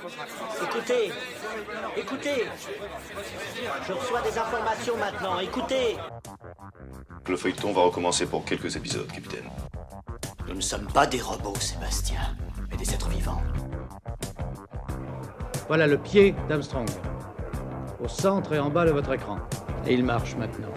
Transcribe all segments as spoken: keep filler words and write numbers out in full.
Écoutez, écoutez, je reçois des informations maintenant, écoutez. Le feuilleton va recommencer pour quelques épisodes, capitaine. Nous ne sommes pas des robots, Sébastien, mais des êtres vivants. Voilà le pied d'Armstrong, au centre et en bas de votre écran. Et il marche maintenant.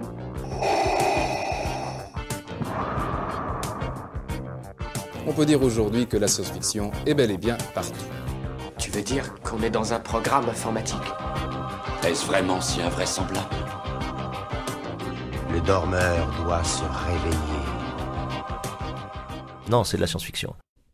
On peut dire aujourd'hui que la science-fiction est bel et bien partout. Tu veux dire qu'on est dans un programme informatique? Est-ce vraiment si invraisemblable? Le dormeur doit se réveiller. Non, c'est de la science-fiction.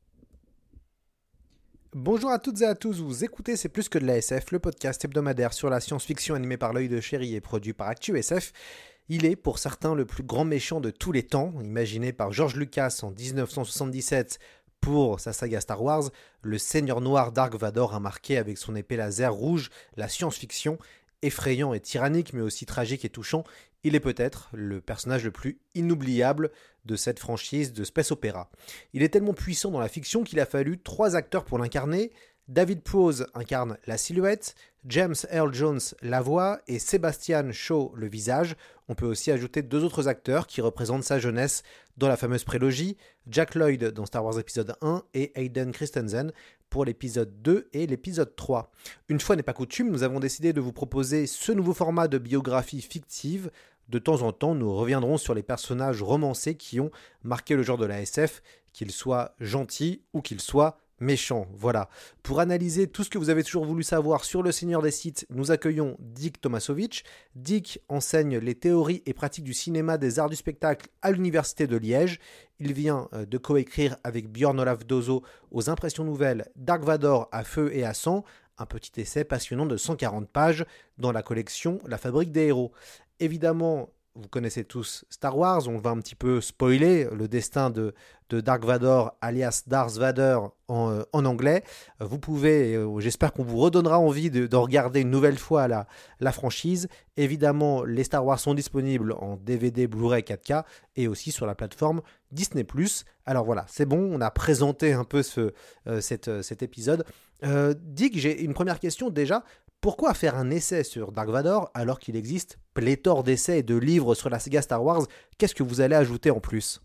Bonjour à toutes et à tous, vous écoutez C'est plus que de la S F, le podcast hebdomadaire sur la science-fiction animé par l'œil de Chéri et produit par ActuSF. Il est pour certains le plus grand méchant de tous les temps, imaginé par George Lucas en dix-neuf cent soixante-dix-sept pour sa saga Star Wars. Le Seigneur Noir Dark Vador a marqué avec son épée laser rouge la science-fiction, effrayant et tyrannique mais aussi tragique et touchant. Il est peut-être le personnage le plus inoubliable de cette franchise de space opéra. Il est tellement puissant dans la fiction qu'il a fallu trois acteurs pour l'incarner. David Prowse incarne la silhouette, James Earl Jones la voix et Sebastian Shaw le visage. On peut aussi ajouter deux autres acteurs qui représentent sa jeunesse dans la fameuse prélogie, Jack Lloyd dans Star Wars épisode un et Hayden Christensen pour l'épisode deux et l'épisode trois. Une fois n'est pas coutume, nous avons décidé de vous proposer ce nouveau format de biographie fictive. De temps en temps, nous reviendrons sur les personnages romancés qui ont marqué le genre de la S F, qu'ils soient gentils ou qu'ils soient méchants. Voilà. Pour analyser tout ce que vous avez toujours voulu savoir sur le Seigneur des Sith, nous accueillons Dick Tomasowicz. Dick enseigne les théories et pratiques du cinéma des arts du spectacle à l'Université de Liège. Il vient de coécrire avec Björn Olaf Dozo aux impressions nouvelles Dark Vador à feu et à sang, un petit essai passionnant de cent quarante pages dans la collection La Fabrique des Héros. Évidemment, vous connaissez tous Star Wars, on va un petit peu spoiler le destin de, de Dark Vador, alias Darth Vader en, euh, en anglais. Vous pouvez, euh, j'espère qu'on vous redonnera envie de, de regarder une nouvelle fois la, la franchise. Évidemment, les Star Wars sont disponibles en D V D, Blu-ray quatre K et aussi sur la plateforme Disney plus. Alors voilà, c'est bon, on a présenté un peu ce, euh, cette, cet épisode. Euh, Dick, j'ai une première question déjà. Pourquoi faire un essai sur Dark Vador alors qu'il existe pléthore d'essais et de livres sur la saga Star Wars? Qu'est-ce que vous allez ajouter en plus?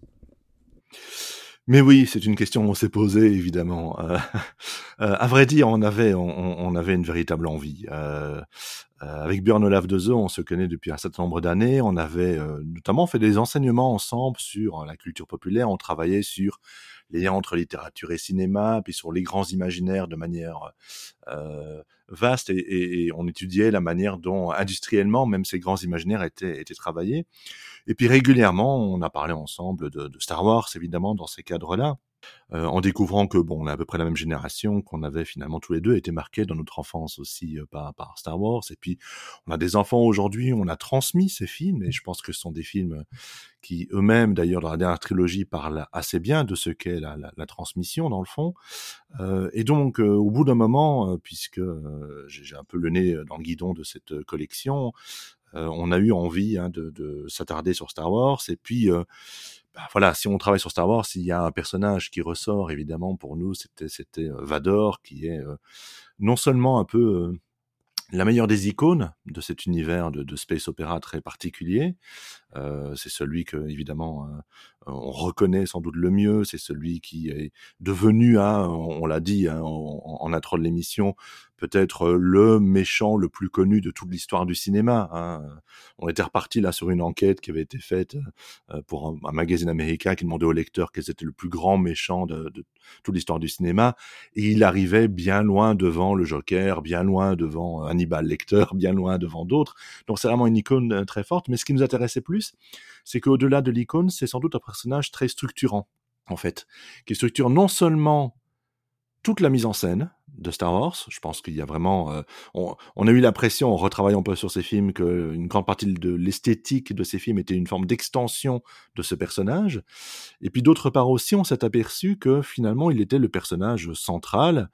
Mais oui, c'est une question qu'on s'est posée, évidemment. Euh, euh, à vrai dire, on avait, on, on avait une véritable envie. Euh, euh, avec Björn Olaf Dozo, on se connaît depuis un certain nombre d'années. On avait euh, notamment fait des enseignements ensemble sur la culture populaire. On travaillait sur les liens entre littérature et cinéma, puis sur les grands imaginaires de manière euh, vaste, et, et, et on étudiait la manière dont, industriellement, même ces grands imaginaires étaient, étaient travaillés. Et puis régulièrement, on a parlé ensemble de, de Star Wars, évidemment, dans ces cadres-là, euh, en découvrant que, bon, on est à peu près la même génération, qu'on avait finalement tous les deux été marqués dans notre enfance aussi euh, par, par Star Wars. Et puis, on a des enfants aujourd'hui, on a transmis ces films, et je pense que ce sont des films qui eux-mêmes, d'ailleurs, dans la dernière trilogie, parlent assez bien de ce qu'est la, la, la transmission, dans le fond. Euh, et donc, euh, au bout d'un moment, euh, puisque euh, j'ai, j'ai un peu le nez dans le guidon de cette collection, euh, on a eu envie hein, de, de s'attarder sur Star Wars. Et puis, euh, bah, voilà, si on travaille sur Star Wars, il y a un personnage qui ressort, évidemment, pour nous, c'était, c'était euh, Vador, qui est euh, non seulement un peu euh, la meilleure des icônes de cet univers de, de space opéra très particulier. Euh, c'est celui que, évidemment, euh, on reconnaît sans doute le mieux. C'est celui qui est devenu, hein, on, on l'a dit hein, en, en intro de l'émission, peut-être le méchant le plus connu de toute l'histoire du cinéma. Hein. On était reparti là sur une enquête qui avait été faite euh, pour un, un magazine américain qui demandait aux lecteurs quel était le plus grand méchant de, de toute l'histoire du cinéma. Et il arrivait bien loin devant le Joker, bien loin devant Hannibal Lecter, bien loin devant d'autres. Donc c'est vraiment une icône très forte. Mais ce qui nous intéressait plus, c'est qu'au-delà de l'icône, c'est sans doute un personnage très structurant, en fait, qui structure non seulement toute la mise en scène de Star Wars. Je pense qu'il y a vraiment... Euh, on, on a eu l'impression, en retravaillant un peu sur ces films, qu'une grande partie de l'esthétique de ces films était une forme d'extension de ce personnage. Et puis d'autre part aussi, on s'est aperçu que finalement, il était le personnage central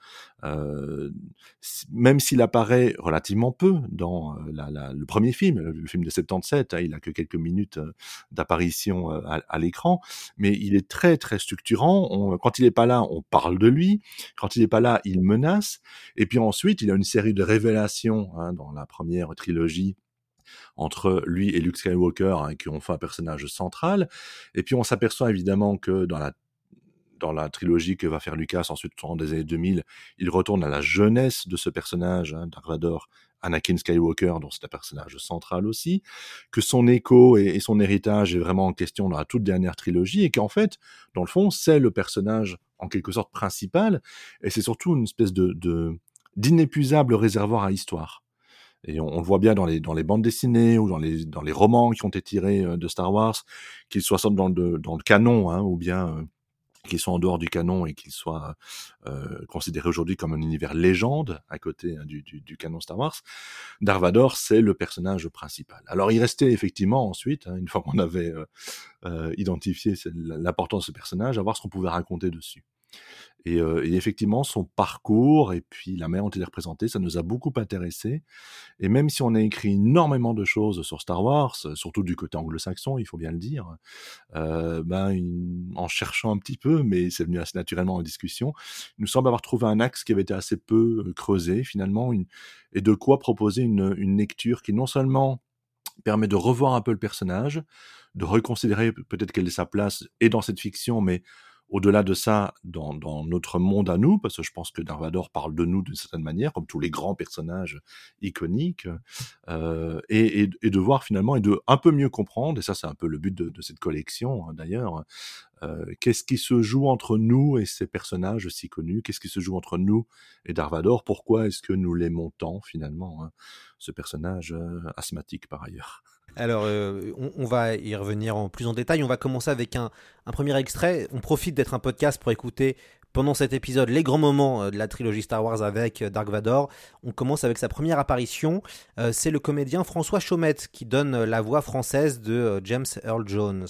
Euh, même s'il apparaît relativement peu dans euh, la, la, le premier film, le, le film de soixante-dix-sept, hein, il a que quelques minutes euh, d'apparition euh, à, à l'écran, mais il est très très structurant. On, quand il est pas là, on parle de lui. Quand il est pas là, il menace. Et puis ensuite, il a une série de révélations hein, dans la première trilogie entre lui et Luke Skywalker, hein, qui ont fait un personnage central. Et puis on s'aperçoit évidemment que dans la dans la trilogie que va faire Lucas ensuite dans des années deux mille, il retourne à la jeunesse de ce personnage, hein, Dark Vador, Anakin Skywalker, dont c'est un personnage central aussi, que son écho et, et son héritage est vraiment en question dans la toute dernière trilogie, et qu'en fait, dans le fond, c'est le personnage en quelque sorte principal, et c'est surtout une espèce de, de d'inépuisable réservoir à histoire. Et on, on le voit bien dans les, dans les bandes dessinées ou dans les, dans les romans qui ont été tirés de Star Wars, qu'ils soient dans le, dans le canon, hein, ou bien euh, qu'ils soient en dehors du canon et qu'ils soient euh, considérés aujourd'hui comme un univers légende à côté hein, du, du, du canon Star Wars. Dark Vador, c'est le personnage principal. Alors il restait effectivement ensuite, hein, une fois qu'on avait euh, euh, identifié l'importance de ce personnage, à voir ce qu'on pouvait raconter dessus. Et, euh, et effectivement, son parcours et puis la manière dont il est représenté, ça nous a beaucoup intéressés. Et même si on a écrit énormément de choses sur Star Wars, surtout du côté anglo-saxon, il faut bien le dire, euh, ben, il, en cherchant un petit peu, mais c'est venu assez naturellement en discussion, il nous semble avoir trouvé un axe qui avait été assez peu creusé finalement, une, et de quoi proposer une, une lecture qui non seulement permet de revoir un peu le personnage, de reconsidérer peut-être quelle est sa place et dans cette fiction, mais au-delà de ça, dans, dans notre monde à nous, parce que je pense que Dark Vador parle de nous d'une certaine manière, comme tous les grands personnages iconiques, euh, et, et, et de voir finalement, et de un peu mieux comprendre, et ça c'est un peu le but de, de cette collection hein, d'ailleurs, euh, qu'est-ce qui se joue entre nous et ces personnages si connus, qu'est-ce qui se joue entre nous et Dark Vador, pourquoi est-ce que nous l'aimons tant finalement, hein, ce personnage euh, asthmatique par ailleurs. Alors, euh, on, on va y revenir en plus en détail. On va commencer avec un, un premier extrait. On profite d'être un podcast pour écouter pendant cet épisode les grands moments de la trilogie Star Wars avec Dark Vador. On commence avec sa première apparition. Euh, c'est le comédien François Chaumette qui donne la voix française de James Earl Jones.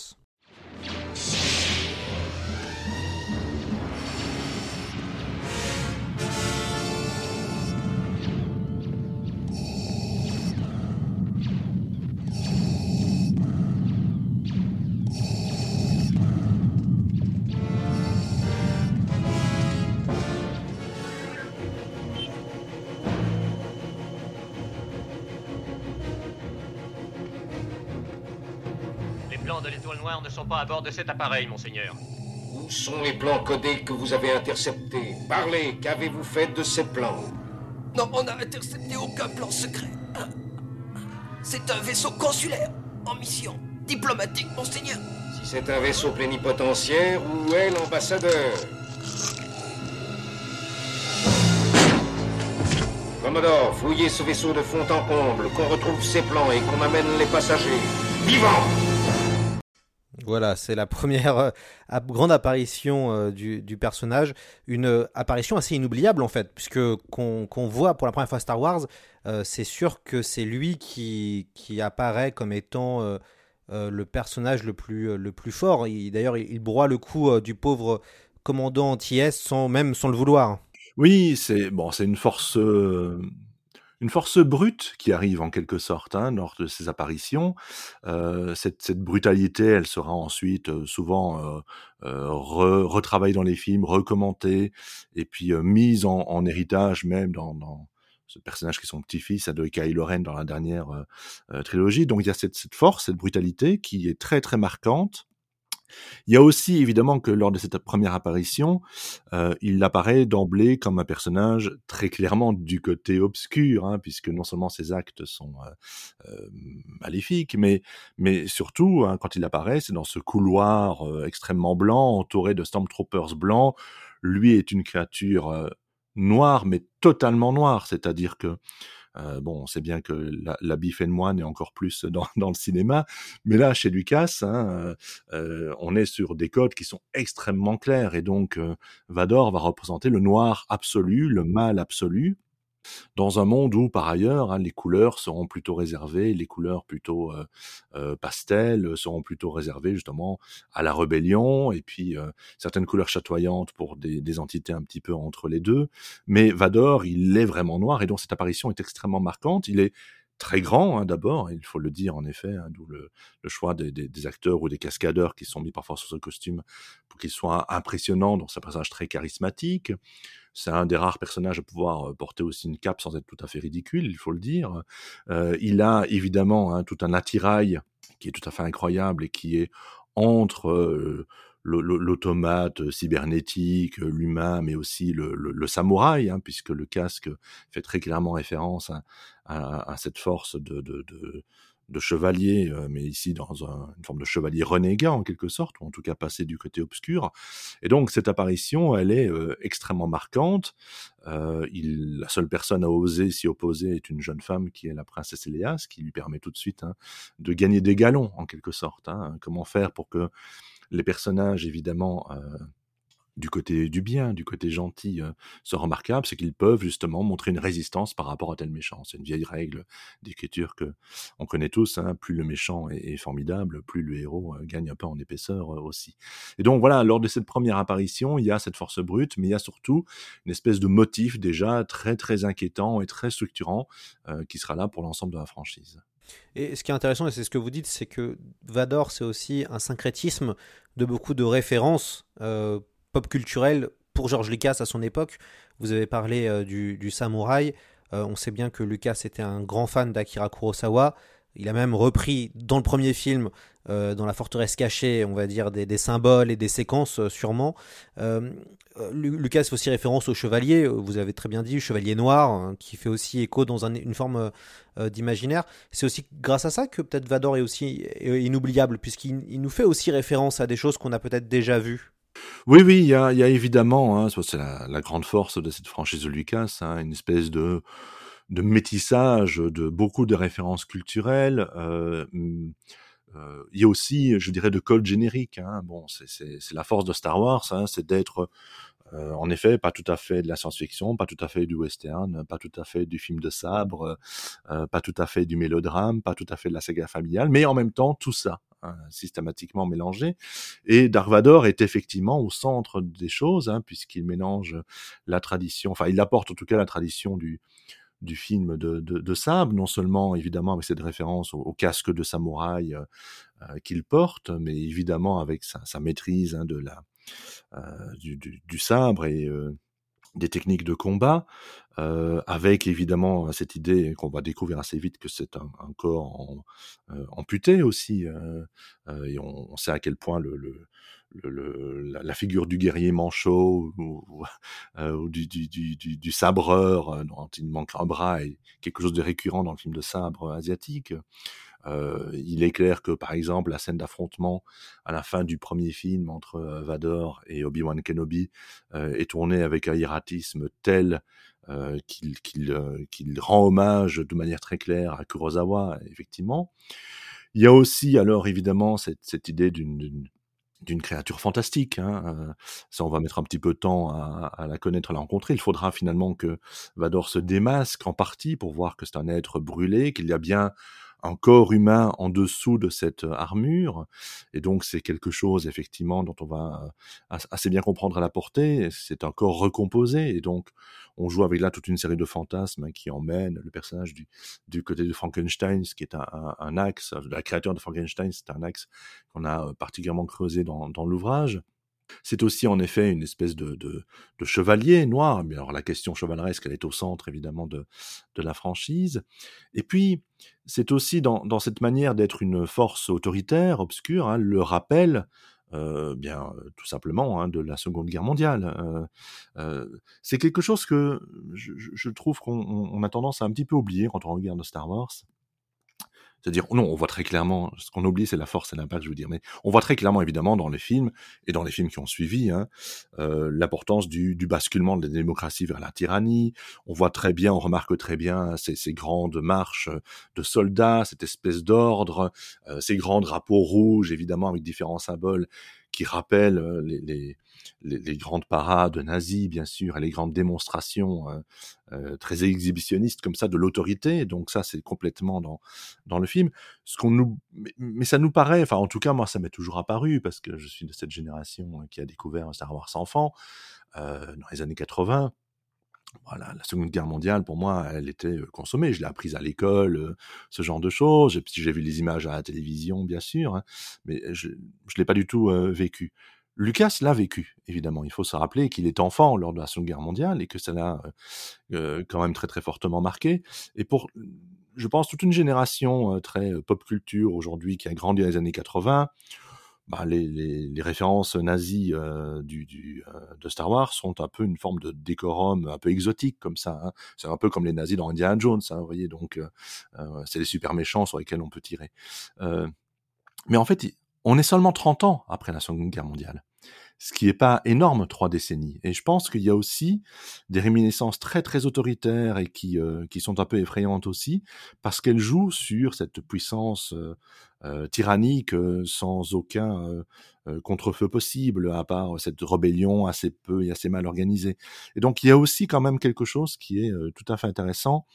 De l'étoile noire ne sont pas à bord de cet appareil, monseigneur. Où sont les plans codés que vous avez interceptés? Parlez, qu'avez-vous fait de ces plans? Non, on n'a intercepté aucun plan secret. C'est un vaisseau consulaire, en mission diplomatique, monseigneur. Si c'est un vaisseau plénipotentiaire, où est l'ambassadeur? Commodore, fouillez ce vaisseau de fond en comble, qu'on retrouve ses plans et qu'on amène les passagers vivants. Voilà, c'est la première euh, grande apparition euh, du, du personnage, une euh, apparition assez inoubliable en fait, puisque qu'on, qu'on voit pour la première fois Star Wars, euh, c'est sûr que c'est lui qui, qui apparaît comme étant euh, euh, le personnage le plus, euh, le plus fort. Il, d'ailleurs, il, il broie le cou euh, du pauvre commandant anti-est sans même sans le vouloir. Oui, c'est bon, c'est une force. Euh... Une force brute qui arrive en quelque sorte hein, lors de ces apparitions. Euh, cette, cette brutalité, elle sera ensuite euh, souvent euh, euh, re, retravaillée dans les films, recommentée, et puis euh, mise en, en héritage même dans, dans ce personnage qui est son petit-fils, de Kylo Ren dans la dernière euh, euh, trilogie. Donc il y a cette, cette force, cette brutalité qui est très très marquante. Il y a aussi évidemment que lors de cette première apparition, euh, il apparaît d'emblée comme un personnage très clairement du côté obscur, hein, puisque non seulement ses actes sont euh, euh, maléfiques, mais, mais surtout, hein, quand il apparaît, c'est dans ce couloir euh, extrêmement blanc, entouré de Stormtroopers blancs. Lui est une créature euh, noire, mais totalement noire, c'est-à-dire que Euh, bon, on sait bien que la, la bifenmoine est encore plus dans, dans le cinéma, mais là, chez Lucas, hein, euh, on est sur des codes qui sont extrêmement clairs, et donc euh, Vador va représenter le noir absolu, le mal absolu, Dans un monde où, par ailleurs, hein, les couleurs seront plutôt réservées, les couleurs plutôt euh, euh, pastel seront plutôt réservées justement à la rébellion, et puis euh, certaines couleurs chatoyantes pour des, des entités un petit peu entre les deux. Mais Vador, il est vraiment noir, et donc cette apparition est extrêmement marquante. Il est très grand, hein, d'abord, il faut le dire en effet, hein, d'où le, le choix des, des, des acteurs ou des cascadeurs qui sont mis parfois sur ce costume pour qu'il soit impressionnant, donc c'est un personnage très charismatique. C'est un des rares personnages à pouvoir porter aussi une cape sans être tout à fait ridicule, il faut le dire. Euh, il a évidemment hein, tout un attirail qui est tout à fait incroyable et qui est entre euh, l'automate cybernétique, l'humain, mais aussi le, le, le samouraï, hein, puisque le casque fait très clairement référence à, à, à cette force de, de, de, de chevalier, euh, mais ici dans un, une forme de chevalier renégat en quelque sorte, ou en tout cas passé du côté obscur. Et donc cette apparition, elle est euh, extrêmement marquante. Euh, il, la seule personne à oser s'y opposer est une jeune femme qui est la princesse Eléas, qui lui permet tout de suite hein, de gagner des galons en quelque sorte. Hein. Comment faire pour que les personnages, évidemment, euh, du côté du bien, du côté gentil, euh, soient remarquables, c'est qu'ils peuvent justement montrer une résistance par rapport à tel méchant. C'est une vieille règle d'écriture que on connaît tous. Hein, plus le méchant est, est formidable, plus le héros euh, gagne un peu en épaisseur euh, aussi. Et donc voilà, lors de cette première apparition, il y a cette force brute, mais il y a surtout une espèce de motif déjà très très inquiétant et très structurant euh, qui sera là pour l'ensemble de la franchise. Et ce qui est intéressant, et c'est ce que vous dites, c'est que Vador, c'est aussi un syncrétisme de beaucoup de références euh, pop culturelles pour George Lucas à son époque. Vous avez parlé euh, du, du samouraï. Euh, on sait bien que Lucas était un grand fan d'Akira Kurosawa. Il a même repris dans le premier film, euh, dans la forteresse cachée, on va dire, des, des symboles et des séquences, euh, sûrement. Euh, Lucas fait aussi référence au chevalier, vous avez très bien dit, chevalier noir, hein, qui fait aussi écho dans un, une forme euh, d'imaginaire. C'est aussi grâce à ça que peut-être Vador est aussi inoubliable, puisqu'il il nous fait aussi référence à des choses qu'on a peut-être déjà vues. Oui, oui, il y a, il y a évidemment, hein, c'est la, la grande force de cette franchise de Lucas, hein, une espèce de... de métissage de beaucoup de références culturelles. Euh, euh, il y a aussi, je dirais, de codes génériques. Hein. Bon, c'est, c'est, c'est la force de Star Wars, hein, c'est d'être, euh, en effet, pas tout à fait de la science-fiction, pas tout à fait du western, pas tout à fait du film de sabre, euh, pas tout à fait du mélodrame, pas tout à fait de la saga familiale, mais en même temps, tout ça. Hein, systématiquement mélangé. Et Dark Vador est effectivement au centre des choses, hein, puisqu'il mélange la tradition, enfin, il apporte en tout cas la tradition du du film de, de, de sabre, non seulement évidemment avec cette référence au, au casque de samouraï euh, euh, qu'il porte, mais évidemment avec sa, sa maîtrise hein, de la, euh, du, du, du sabre et euh, des techniques de combat, euh, avec évidemment cette idée qu'on va découvrir assez vite que c'est un, un corps en, euh, amputé aussi, euh, euh, et on, on sait à quel point le, le Le, le, la, la figure du guerrier manchot ou, ou, euh, ou du, du, du, du, du sabreur euh, dont il manque un bras est quelque chose de récurrent dans le film de sabre asiatique. Euh, il est clair que, par exemple, la scène d'affrontement à la fin du premier film entre euh, Vador et Obi-Wan Kenobi euh, est tournée avec un hiératisme tel euh, qu'il, qu'il, euh, qu'il rend hommage de manière très claire à Kurosawa, effectivement. Il y a aussi, alors, évidemment, cette, cette idée d'une, d'une d'une créature fantastique. Hein. Euh, ça, on va mettre un petit peu de temps à, à la connaître, à la rencontrer. Il faudra finalement que Vador se démasque en partie pour voir que c'est un être brûlé, qu'il y a bien un corps humain en dessous de cette armure. Et donc, c'est quelque chose, effectivement, dont on va assez bien comprendre à la portée. C'est un corps recomposé. Et donc, on joue avec là toute une série de fantasmes qui emmènent le personnage du, du côté de Frankenstein, ce qui est un, un, un axe, la créature de Frankenstein, c'est un axe qu'on a particulièrement creusé dans, dans l'ouvrage. C'est aussi en effet une espèce de, de, de chevalier noir, mais alors la question chevaleresque, elle est au centre évidemment de, de la franchise. Et puis, c'est aussi dans, dans cette manière d'être une force autoritaire, obscure, hein, le rappel, euh, bien tout simplement, hein, de la Seconde Guerre mondiale. Euh, euh, c'est quelque chose que je, je trouve qu'on on a tendance à un petit peu oublier quand on regarde Star Wars. C'est-à-dire, non, on voit très clairement, ce qu'on oublie, c'est la force et l'impact, je veux dire, mais on voit très clairement, évidemment, dans les films, et dans les films qui ont suivi, hein, euh, l'importance du, du basculement de la démocratie vers la tyrannie. On voit très bien, on remarque très bien ces, ces grandes marches de soldats, cette espèce d'ordre, euh, ces grands drapeaux rouges, évidemment, avec différents symboles, qui rappelle euh, les, les, les, les grandes parades nazies, bien sûr, et les grandes démonstrations euh, euh, très exhibitionnistes comme ça de l'autorité. Donc ça, c'est complètement dans dans le film. Ce qu'on nous, mais, mais ça nous paraît, enfin en tout cas moi, ça m'est toujours apparu parce que je suis de cette génération qui a découvert Star Wars enfant euh, dans les années quatre-vingts. Voilà, la Seconde Guerre mondiale, pour moi, elle était consommée. Je l'ai apprise à l'école, euh, ce genre de choses. Et puis j'ai vu les images à la télévision, bien sûr, hein, mais je je l'ai pas du tout euh, vécu. Lucas l'a vécu, évidemment. Il faut se rappeler qu'il est enfant lors de la Seconde Guerre mondiale et que ça l'a euh, euh, quand même très très fortement marqué. Et pour, je pense, toute une génération euh, très euh, pop culture aujourd'hui qui a grandi dans les années quatre-vingts, bah, les, les, les références nazies euh, du, du, euh, de Star Wars sont un peu une forme de décorum un peu exotique comme ça. Hein. C'est un peu comme les nazis dans Indiana Jones, hein, vous voyez. Donc, euh, euh, c'est les super méchants sur lesquels on peut tirer. Euh, mais en fait, on est seulement trente ans après la Seconde Guerre mondiale, ce qui est pas énorme, trois décennies. Et je pense qu'il y a aussi des réminiscences très très autoritaires et qui euh, qui sont un peu effrayantes aussi, parce qu'elles jouent sur cette puissance euh, euh, tyrannique euh, sans aucun euh, euh, contre-feu possible, à part cette rébellion assez peu et assez mal organisée. Et donc il y a aussi quand même quelque chose qui est euh, tout à fait intéressant,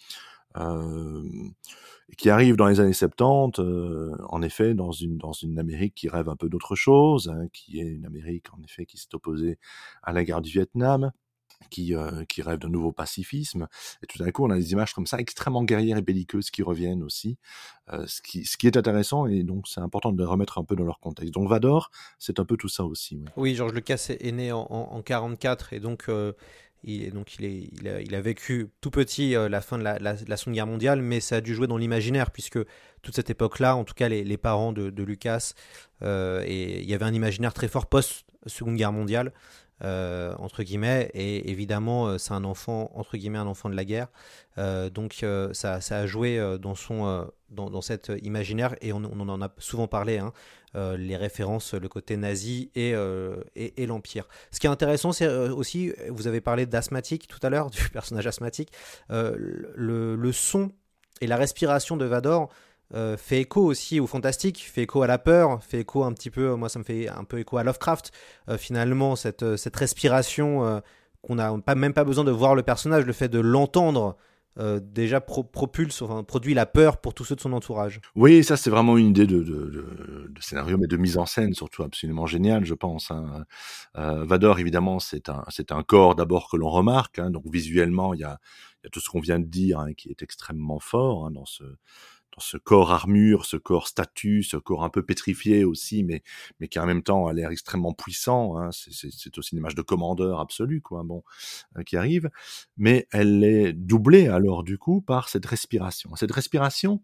euh, qui arrive dans les années soixante-dix, euh, en effet, dans une, dans une Amérique qui rêve un peu d'autre chose, hein, qui est une Amérique, en effet, qui s'est opposée à la guerre du Vietnam, qui, euh, qui rêve d'un nouveau pacifisme. Et tout d'un coup, on a des images comme ça, extrêmement guerrières et belliqueuses, qui reviennent aussi, euh, ce, qui, ce qui est intéressant, et donc c'est important de les remettre un peu dans leur contexte. Donc Vador, c'est un peu tout ça aussi. Oui, oui, George Lucas est né en, en, en quarante-quatre, et donc... Euh... Il, donc il, est, il, a, il a vécu tout petit euh, la fin de la, la, la Seconde Guerre mondiale, mais ça a dû jouer dans l'imaginaire, puisque toute cette époque-là, en tout cas les, les parents de, de Lucas, euh, et il y avait un imaginaire très fort post-Seconde Guerre mondiale, euh, entre guillemets, et évidemment euh, c'est un enfant, entre guillemets, un enfant de la guerre, euh, donc euh, ça, ça a joué euh, dans, son, euh, dans, dans cet imaginaire, et on, on en a souvent parlé, hein, Euh, les références, le côté nazi et, euh, et, et l'Empire. Ce qui est intéressant, c'est euh, aussi, vous avez parlé d'asthmatique tout à l'heure, du personnage asthmatique, euh, le, le son et la respiration de Vador euh, fait écho aussi au fantastique, fait écho à la peur, fait écho un petit peu, moi ça me fait un peu écho à Lovecraft, euh, finalement, cette, cette respiration euh, qu'on n'a pas, même pas besoin de voir le personnage, le fait de l'entendre, Euh, déjà pro- propulse, enfin, produit la peur pour tous ceux de son entourage. Oui, ça c'est vraiment une idée de, de, de, de scénario, mais de mise en scène surtout absolument géniale, je pense. Hein. Euh, Vador, évidemment, c'est un, c'est un corps d'abord que l'on remarque, hein, donc visuellement, il y a, il y a tout ce qu'on vient de dire, hein, qui est extrêmement fort, hein, dans ce dans ce corps armure, ce corps statue, ce corps un peu pétrifié aussi, mais mais qui en même temps a l'air extrêmement puissant. Hein. C'est, c'est, c'est aussi une image de commandeur absolu, quoi. Bon, euh, qui arrive, mais elle est doublée alors du coup par cette respiration. Cette respiration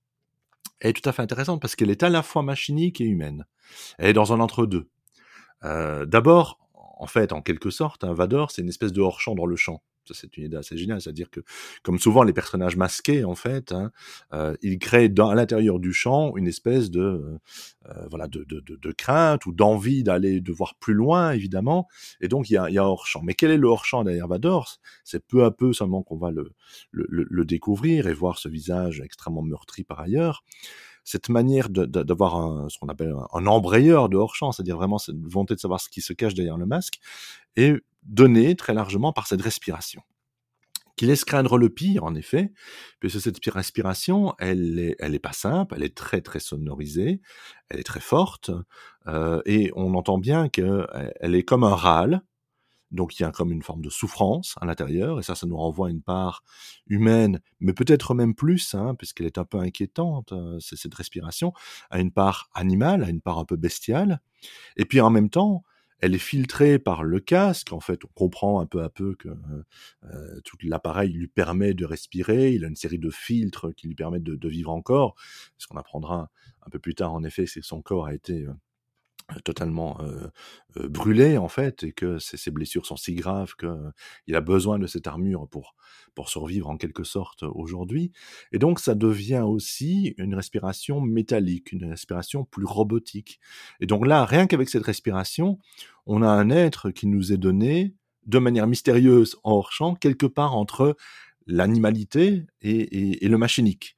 est tout à fait intéressante parce qu'elle est à la fois machinique et humaine. Elle est dans un entre-deux. Euh, d'abord, en fait, en quelque sorte, un Vador, c'est une espèce de hors-champ dans le champ. Ça, c'est une idée assez géniale, c'est-à-dire que, comme souvent les personnages masqués, en fait, hein, euh, ils créent dans, à l'intérieur du champ une espèce de, euh, voilà, de, de, de, de crainte ou d'envie d'aller, de voir plus loin, évidemment, et donc il y a, il y a un hors-champ. Mais quel est le hors-champ derrière Vador ? C'est peu à peu seulement qu'on va le, le, le, le découvrir et voir ce visage extrêmement meurtri par ailleurs. Cette manière de, de, d'avoir un, ce qu'on appelle un, un embrayeur de hors-champ, c'est-à-dire vraiment cette volonté de savoir ce qui se cache derrière le masque, est donnée très largement par cette respiration, qui laisse craindre le pire, en effet, puisque cette respiration, elle est, elle est pas simple, elle est très très sonorisée, elle est très forte, euh, et on entend bien qu'elle est comme un râle. Donc il y a comme une forme de souffrance à l'intérieur, et ça, ça nous renvoie à une part humaine, mais peut-être même plus, hein, puisqu'elle est un peu inquiétante, euh, c'est cette respiration, à une part animale, à une part un peu bestiale, et puis en même temps, elle est filtrée par le casque. En fait, on comprend un peu à peu que euh, tout l'appareil lui permet de respirer, il a une série de filtres qui lui permettent de, de vivre encore, ce qu'on apprendra un peu plus tard, en effet, c'est que son corps a été... Euh, totalement euh, euh, brûlé en fait, et que ces, ces blessures sont si graves que euh, il a besoin de cette armure pour pour survivre en quelque sorte aujourd'hui, et donc ça devient aussi une respiration métallique, une respiration plus robotique, et donc là, rien qu'avec cette respiration, on a un être qui nous est donné de manière mystérieuse en hors champ, quelque part entre l'animalité et, et, et le machinique.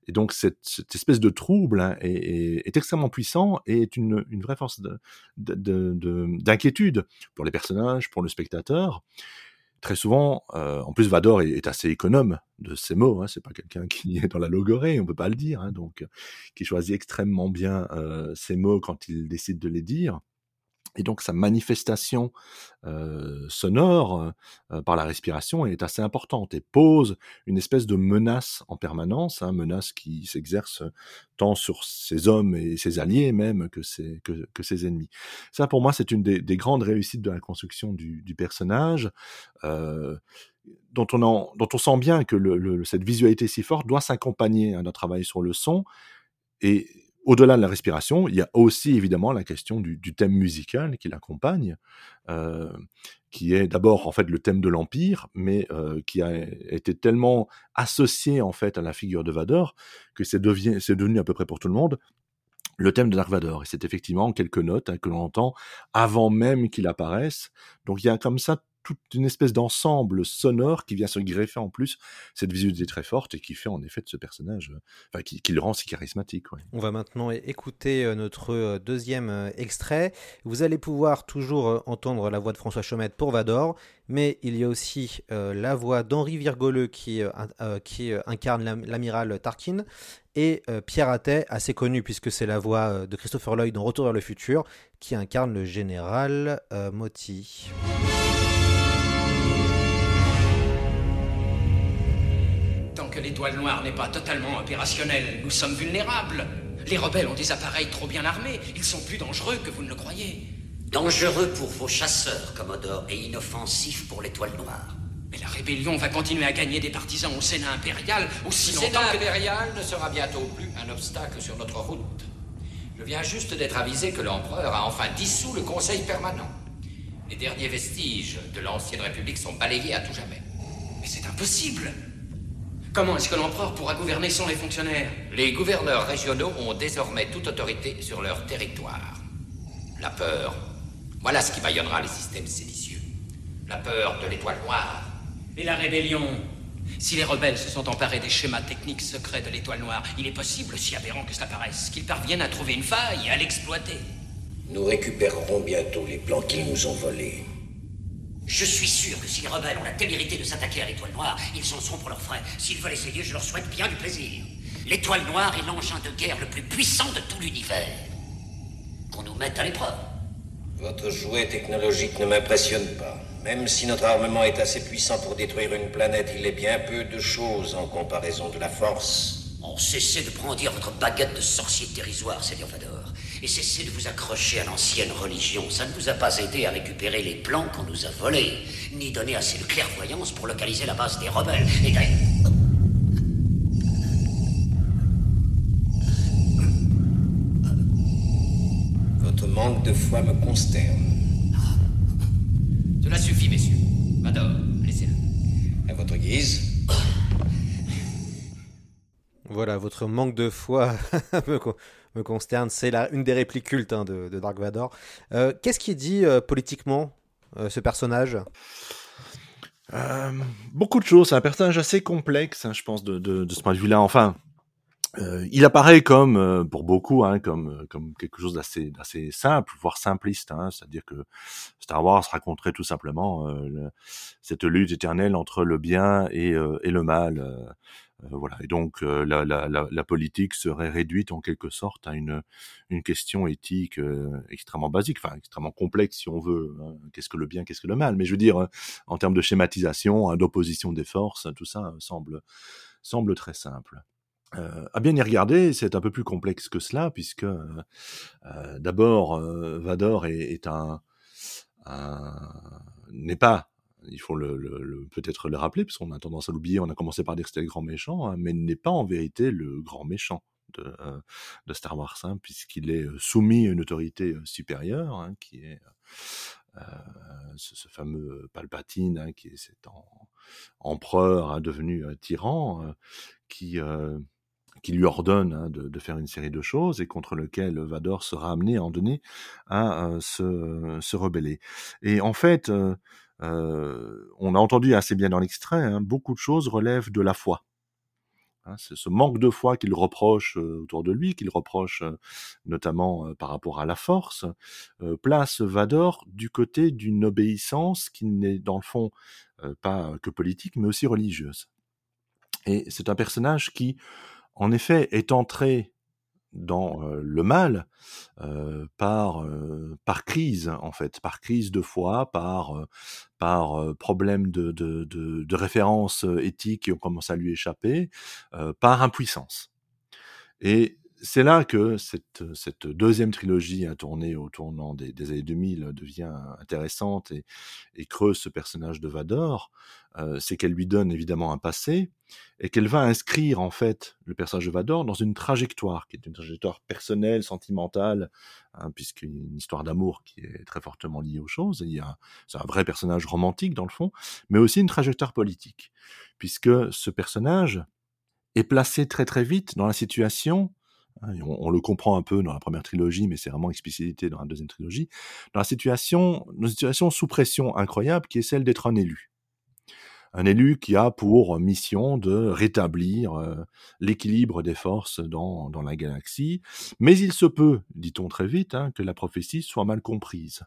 Et donc cette, cette espèce de trouble hein, est, est, est extrêmement puissant et est une, une vraie force de, de, de, de, d'inquiétude pour les personnages, pour le spectateur. Très souvent, euh, en plus Vador est, est assez économe de ses mots, hein, c'est pas quelqu'un qui est dans la logorée, on peut pas le dire, hein, donc qui choisit extrêmement bien euh, ses mots quand il décide de les dire. Et donc sa manifestation euh, sonore euh, par la respiration est assez importante et pose une espèce de menace en permanence, hein, menace qui s'exerce tant sur ses hommes et ses alliés même que ses, que, que ses ennemis. Ça pour moi c'est une des, des grandes réussites de la construction du, du personnage, euh, dont, on en, dont on sent bien que le, le, cette visualité si forte doit s'accompagner hein, d'un travail sur le son. Et au-delà de la respiration, il y a aussi évidemment la question du, du thème musical qui l'accompagne, euh, qui est d'abord en fait le thème de l'Empire, mais euh, qui a été tellement associé en fait à la figure de Vador que c'est, devient, c'est devenu à peu près pour tout le monde le thème de Dark Vador. Et c'est effectivement quelques notes hein, que l'on entend avant même qu'il apparaisse. Donc il y a comme ça toute une espèce d'ensemble sonore qui vient se greffer en plus cette visualité très forte et qui fait en effet de ce personnage, euh, enfin qui, qui le rend si charismatique. Ouais. On va maintenant écouter notre deuxième extrait. Vous allez pouvoir toujours entendre la voix de François Chaumette pour Vador, mais il y a aussi euh, la voix d'Henri Virgoleux qui, euh, qui incarne l'amiral Tarkin et euh, Pierre Attet, assez connu puisque c'est la voix de Christopher Lloyd dans Retour vers le futur, qui incarne le général euh, Motti. Tant que l'étoile noire n'est pas totalement opérationnelle, nous sommes vulnérables. Les rebelles ont des appareils trop bien armés. Ils sont plus dangereux que vous ne le croyez. Dangereux pour vos chasseurs, Commodore, et inoffensif pour l'étoile noire. Mais la rébellion va continuer à gagner des partisans au Sénat impérial aussi Le longtemps Sénat que... impérial ne sera bientôt plus un obstacle sur notre route. Je viens juste d'être avisé que l'empereur a enfin dissous le Conseil permanent. Les derniers vestiges de l'ancienne République sont balayés à tout jamais. Mais c'est impossible. Comment est-ce que l'empereur pourra gouverner sans les fonctionnaires? Les gouverneurs régionaux ont désormais toute autorité sur leur territoire. La peur, voilà ce qui bâillonnera les systèmes séditieux. La peur de l'étoile noire. Et la rébellion? Si les rebelles se sont emparés des schémas techniques secrets de l'étoile noire, il est possible, si aberrant que cela paraisse, qu'ils parviennent à trouver une faille et à l'exploiter. Nous récupérerons bientôt les plans qu'ils nous ont volés. Je suis sûr que si les rebelles ont la témérité de s'attaquer à l'étoile noire, ils en seront pour leurs frais. S'ils veulent essayer, je leur souhaite bien du plaisir. L'étoile noire est l'engin de guerre le plus puissant de tout l'univers. Qu'on nous mette à l'épreuve. Votre jouet technologique ne m'impressionne pas. Même si notre armement est assez puissant pour détruire une planète, il est bien peu de choses en comparaison de la force. Oh, cessez de brandir votre baguette de sorcier dérisoire, Seigneur Vador. Et cessez de vous accrocher à l'ancienne religion. Ça ne vous a pas aidé à récupérer les plans qu'on nous a volés, ni donné assez de clairvoyance pour localiser la base des rebelles. Et d'ailleurs... Votre manque de foi me consterne. Cela suffit, messieurs. Vador, laissez-le. À votre guise. Voilà, votre manque de foi me, me consterne. C'est la, une des répliques cultes hein, de, de Dark Vador. Euh, qu'est-ce qui dit euh, politiquement euh, ce personnage? euh, Beaucoup de choses. C'est un personnage assez complexe, hein, je pense, de, de, de ce point de vue-là. Enfin, euh, il apparaît comme, euh, pour beaucoup, hein, comme, comme quelque chose d'assez, d'assez simple, voire simpliste. Hein, c'est-à-dire que Star Wars raconterait tout simplement euh, le, cette lutte éternelle entre le bien et, euh, et le mal. Euh, Euh, voilà. Et donc euh, la, la, la, la politique serait réduite en quelque sorte à une, une question éthique euh, extrêmement basique, enfin extrêmement complexe si on veut. Hein. Qu'est-ce que le bien, qu'est-ce que le mal? Mais je veux dire, en termes de schématisation, hein, d'opposition des forces, tout ça semble, semble très simple. Euh, à bien y regarder, c'est un peu plus complexe que cela, puisque euh, euh, d'abord, euh, Vador est, est un, un n'est pas il faut le, le, le, peut-être le rappeler, parce qu'on a tendance à l'oublier, on a commencé par dire que c'était le grand méchant, hein, mais il n'est pas en vérité le grand méchant de, euh, de Star Wars, hein, puisqu'il est soumis à une autorité supérieure, hein, qui est euh, ce, ce fameux Palpatine, hein, qui est cet en, empereur hein, devenu euh, tyran, euh, qui... Euh, qui lui ordonne hein, de, de faire une série de choses et contre lequel Vador sera amené à en donner à euh, se, se rebeller. Et en fait, euh, euh, on a entendu assez bien dans l'extrait, hein, beaucoup de choses relèvent de la foi. Hein, c'est ce manque de foi qu'il reproche euh, autour de lui, qu'il reproche euh, notamment euh, par rapport à la force, euh, place Vador du côté d'une obéissance qui n'est dans le fond euh, pas que politique, mais aussi religieuse. Et c'est un personnage qui, en effet, est entré dans euh, le mal euh, par euh, par crise en fait, par crise de foi, par euh, par euh, problème de de de, de références éthiques qui ont commencé à lui échapper, euh, par impuissance. Et c'est là que cette cette deuxième trilogie à tourner au tournant des, des années deux mille devient intéressante et, et creuse ce personnage de Vador. Euh, c'est qu'elle lui donne évidemment un passé et qu'elle va inscrire en fait le personnage de Vador dans une trajectoire qui est une trajectoire personnelle, sentimentale, hein, puisqu'il y a une histoire d'amour qui est très fortement liée aux choses. Il y a, c'est un vrai personnage romantique dans le fond, mais aussi une trajectoire politique, puisque ce personnage est placé très très vite dans la situation. On, on le comprend un peu dans la première trilogie, mais c'est vraiment explicité dans la deuxième trilogie, dans la situation, dans une situation sous pression incroyable qui est celle d'être un élu. Un élu qui a pour mission de rétablir euh, l'équilibre des forces dans, dans la galaxie, mais il se peut, dit-on très vite, hein, que la prophétie soit mal comprise.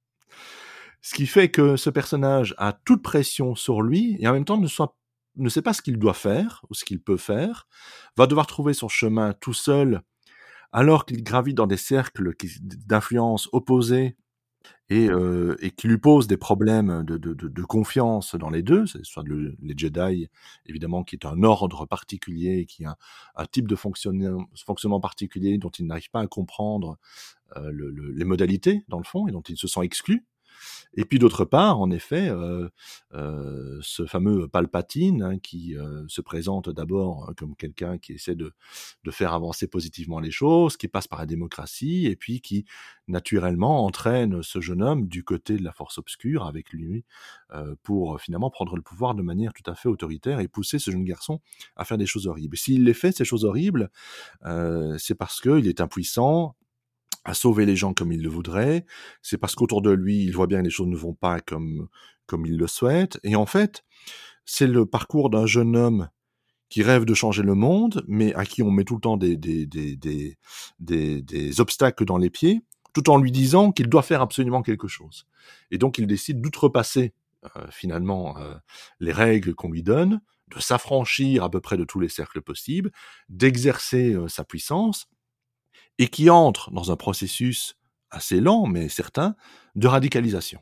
Ce qui fait que ce personnage a toute pression sur lui, et en même temps ne soit ne sait pas ce qu'il doit faire, ou ce qu'il peut faire, va devoir trouver son chemin tout seul, alors qu'il gravite dans des cercles qui, d'influence opposés, et, euh, et qui lui posent des problèmes de, de, de, de confiance dans les deux, c'est soit le, les Jedi, évidemment, qui est un ordre particulier, qui a un, un type de fonctionnement, fonctionnement particulier dont il n'arrive pas à comprendre euh, le, le, les modalités, dans le fond, et dont il se sent exclu. Et puis d'autre part, en effet, euh, euh, ce fameux Palpatine hein, qui euh, se présente d'abord hein, comme quelqu'un qui essaie de, de faire avancer positivement les choses, qui passe par la démocratie, et puis qui naturellement entraîne ce jeune homme du côté de la force obscure avec lui euh, pour finalement prendre le pouvoir de manière tout à fait autoritaire et pousser ce jeune garçon à faire des choses horribles. Et s'il les fait, ces choses horribles, euh, c'est parce qu'il est impuissant à sauver les gens comme il le voudrait, c'est parce qu'autour de lui, il voit bien que les choses ne vont pas comme, comme il le souhaite, et en fait, c'est le parcours d'un jeune homme qui rêve de changer le monde, mais à qui on met tout le temps des, des, des, des, des, des obstacles dans les pieds, tout en lui disant qu'il doit faire absolument quelque chose. Et donc il décide d'outrepasser euh, finalement euh, les règles qu'on lui donne, de s'affranchir à peu près de tous les cercles possibles, d'exercer euh, sa puissance, et qui entre dans un processus assez lent, mais certain, de radicalisation.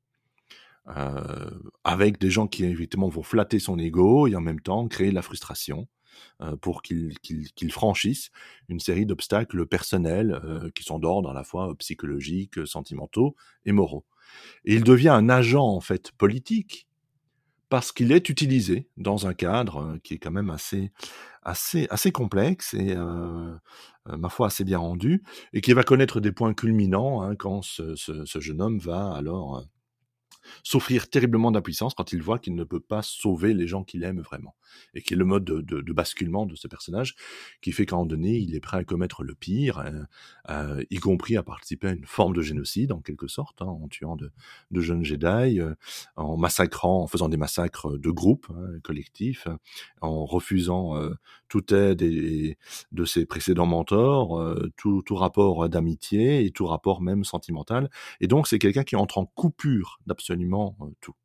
Euh, avec des gens qui, évidemment, vont flatter son ego et en même temps créer de la frustration euh, pour qu'il, qu'il, qu'il franchisse une série d'obstacles personnels euh, qui sont d'ordre à la fois psychologiques, sentimentaux et moraux. Et il devient un agent, en fait, politique parce qu'il est utilisé dans un cadre qui est quand même assez, assez, assez complexe et, euh, euh, ma foi, assez bien rendu, et qui va connaître des points culminants hein, quand ce, ce, ce jeune homme va alors euh, souffrir terriblement d'impuissance quand il voit qu'il ne peut pas sauver les gens qu'il aime vraiment. Et qui est le mode de, de, de basculement de ce personnage, qui fait qu'à un moment donné, il est prêt à commettre le pire, euh, euh, y compris à participer à une forme de génocide, en quelque sorte, hein, en tuant de, de jeunes Jedi, euh, en massacrant, en faisant des massacres de groupe, hein, collectifs, en refusant euh, toute aide et, et de ses précédents mentors, euh, tout, tout rapport d'amitié et tout rapport même sentimental. Et donc, c'est quelqu'un qui entre en coupure d'absolument euh, tout.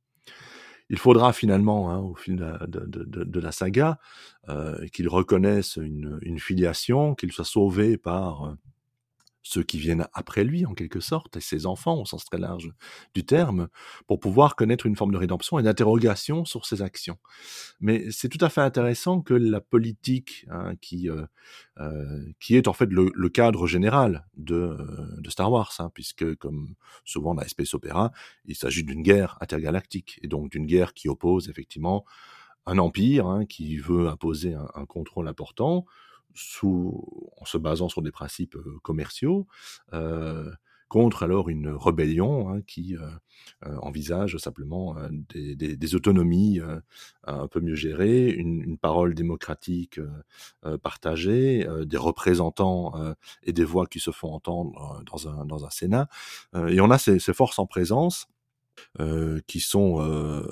Il faudra finalement, hein, au fil de la, de, de, de la saga, euh, qu'il reconnaisse une, une filiation, qu'il soit sauvé par euh, ceux qui viennent après lui, en quelque sorte, et ses enfants, au sens très large du terme, pour pouvoir connaître une forme de rédemption et d'interrogation sur ses actions. Mais c'est tout à fait intéressant que la politique, hein, qui, euh, euh, qui est en fait le, le cadre général de, euh, de Star Wars, hein, puisque, comme souvent dans la space opéra, il s'agit d'une guerre intergalactique, et donc d'une guerre qui oppose effectivement un empire hein, qui veut imposer un, un contrôle important, Sous, en se basant sur des principes euh, commerciaux, euh, contre alors une rébellion hein, qui euh, euh, envisage simplement euh, des, des, des autonomies euh, un peu mieux gérées, une, une parole démocratique euh, euh, partagée, euh, des représentants euh, et des voix qui se font entendre dans un, dans un Sénat. Euh, et on a ces, ces forces en présence Euh, qui sont euh,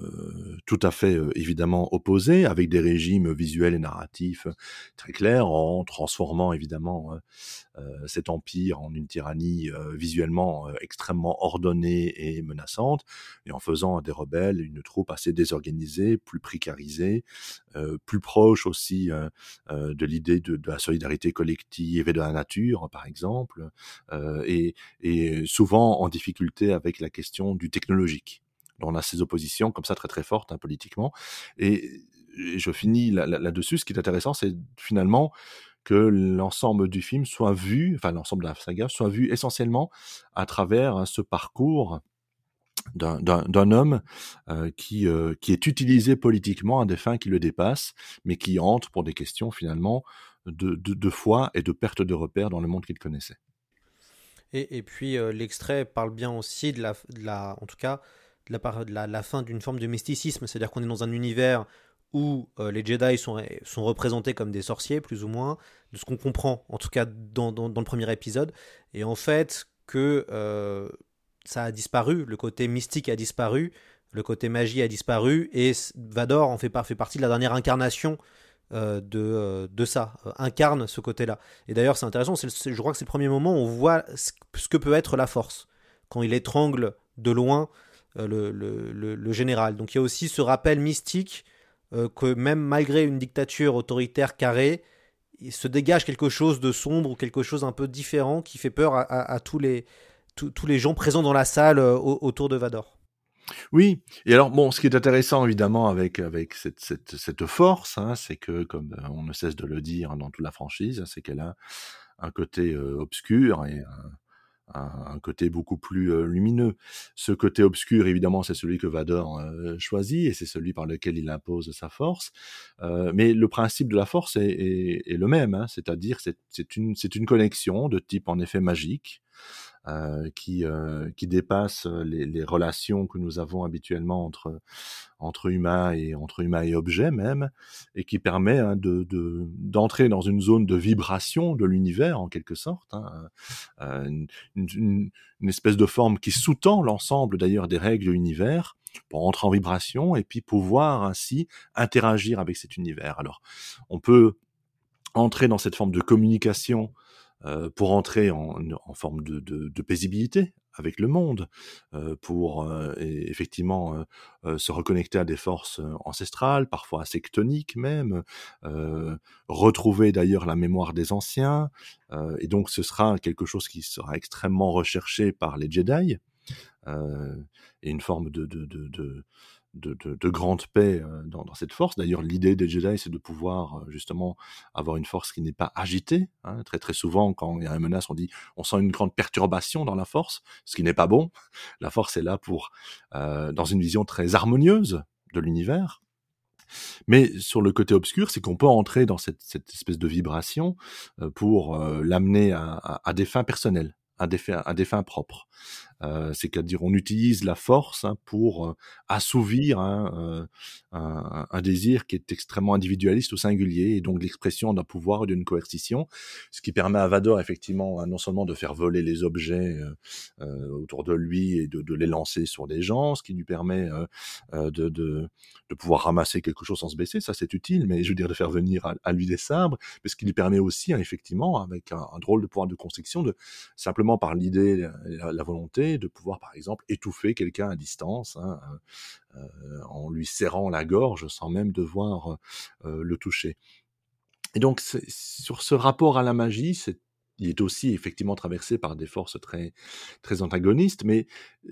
tout à fait euh, évidemment opposés, avec des régimes visuels et narratifs très clairs, en transformant évidemment euh, euh, cet empire en une tyrannie euh, visuellement euh, extrêmement ordonnée et menaçante, et en faisant des rebelles une troupe assez désorganisée, plus précarisée, euh, plus proche aussi euh, euh, de l'idée de, de la solidarité collective et de la nature, par exemple, euh, et, et souvent en difficulté avec la question du technologique. On a ces oppositions comme ça très très fortes hein, politiquement, et, et je finis là, là, là-dessus. Ce qui est intéressant, c'est finalement que l'ensemble du film soit vu, enfin l'ensemble de la saga soit vu essentiellement à travers hein, ce parcours d'un, d'un, d'un homme euh, qui, euh, qui est utilisé politiquement à des fins qui le dépassent, mais qui entre pour des questions finalement de, de, de foi et de perte de repères dans le monde qu'il connaissait. Et, et puis euh, l'extrait parle bien aussi de la, de la en tout cas, de la, de la, la fin d'une forme de mysticisme, c'est-à-dire qu'on est dans un univers où euh, les Jedi sont, sont représentés comme des sorciers, plus ou moins, de ce qu'on comprend, en tout cas dans, dans, dans le premier épisode, et en fait que euh, ça a disparu, le côté mystique a disparu, le côté magie a disparu, et Vador en fait, fait partie de la dernière incarnation euh, de, euh, de ça, euh, incarne ce côté-là. Et d'ailleurs c'est intéressant, c'est, c'est, je crois que c'est le premier moment où on voit ce, ce que peut être la Force, quand il étrangle de loin euh, le, le, le, le général. Donc il y a aussi ce rappel mystique Euh, que même malgré une dictature autoritaire carrée, il se dégage quelque chose de sombre ou quelque chose un peu différent qui fait peur à, à, à tous, les, tous, tous les gens présents dans la salle euh, autour de Vador. Oui, et alors bon, ce qui est intéressant évidemment avec avec cette cette, cette force, hein, c'est que comme on ne cesse de le dire dans toute la franchise, c'est qu'elle a un côté euh, obscur et un, un, un côté beaucoup plus euh, lumineux. Ce côté obscur, évidemment, c'est celui que Vador euh, choisit et c'est celui par lequel il impose sa force. Euh, mais le principe de la force est, est, est le même, hein, c'est-à-dire c'est, c'est une c'est une connexion de type en effet magique. Euh, qui euh, qui dépasse les, les relations que nous avons habituellement entre entre humains et entre humains et objets même, et qui permet hein, de, de d'entrer dans une zone de vibration de l'univers en quelque sorte, hein, euh, une, une, une espèce de forme qui sous-tend l'ensemble d'ailleurs des règles de l'univers pour entrer en vibration et puis pouvoir ainsi interagir avec cet univers. Alors on peut entrer dans cette forme de communication Euh, pour entrer en, en forme de, de, de paisibilité avec le monde, euh, pour euh, et effectivement euh, euh, se reconnecter à des forces ancestrales, parfois assez chtoniques même, euh, retrouver d'ailleurs la mémoire des anciens, euh, et donc ce sera quelque chose qui sera extrêmement recherché par les Jedi, euh, et une forme de, de, de, de De, de, de grande paix euh, dans, dans cette force. D'ailleurs, l'idée des Jedi, c'est de pouvoir euh, justement avoir une force qui n'est pas agitée. Hein. Très très souvent, quand il y a une menace, on dit on sent une grande perturbation dans la force, ce qui n'est pas bon. La force est là pour, euh, dans une vision très harmonieuse de l'univers. Mais sur le côté obscur, c'est qu'on peut entrer dans cette, cette espèce de vibration euh, pour euh, l'amener à, à, à des fins personnelles, à des fins, à des fins propres. Euh, c'est-à-dire on utilise la force hein, pour euh, assouvir hein, euh, un, un désir qui est extrêmement individualiste ou singulier, et donc l'expression d'un pouvoir ou d'une coercition, ce qui permet à Vador effectivement hein, non seulement de faire voler les objets euh, euh, autour de lui et de, de les lancer sur des gens, ce qui lui permet euh, euh, de, de, de pouvoir ramasser quelque chose sans se baisser, ça c'est utile, mais je veux dire de faire venir à, à lui des sabres, mais ce qui lui permet aussi hein, effectivement avec un, un drôle de pouvoir de construction, de simplement par l'idée, la, la volonté de pouvoir, par exemple, étouffer quelqu'un à distance, hein, euh, en lui serrant la gorge sans même devoir euh, le toucher. Et donc, c'est, sur ce rapport à la magie, c'est, il est aussi effectivement traversé par des forces très, très antagonistes, mais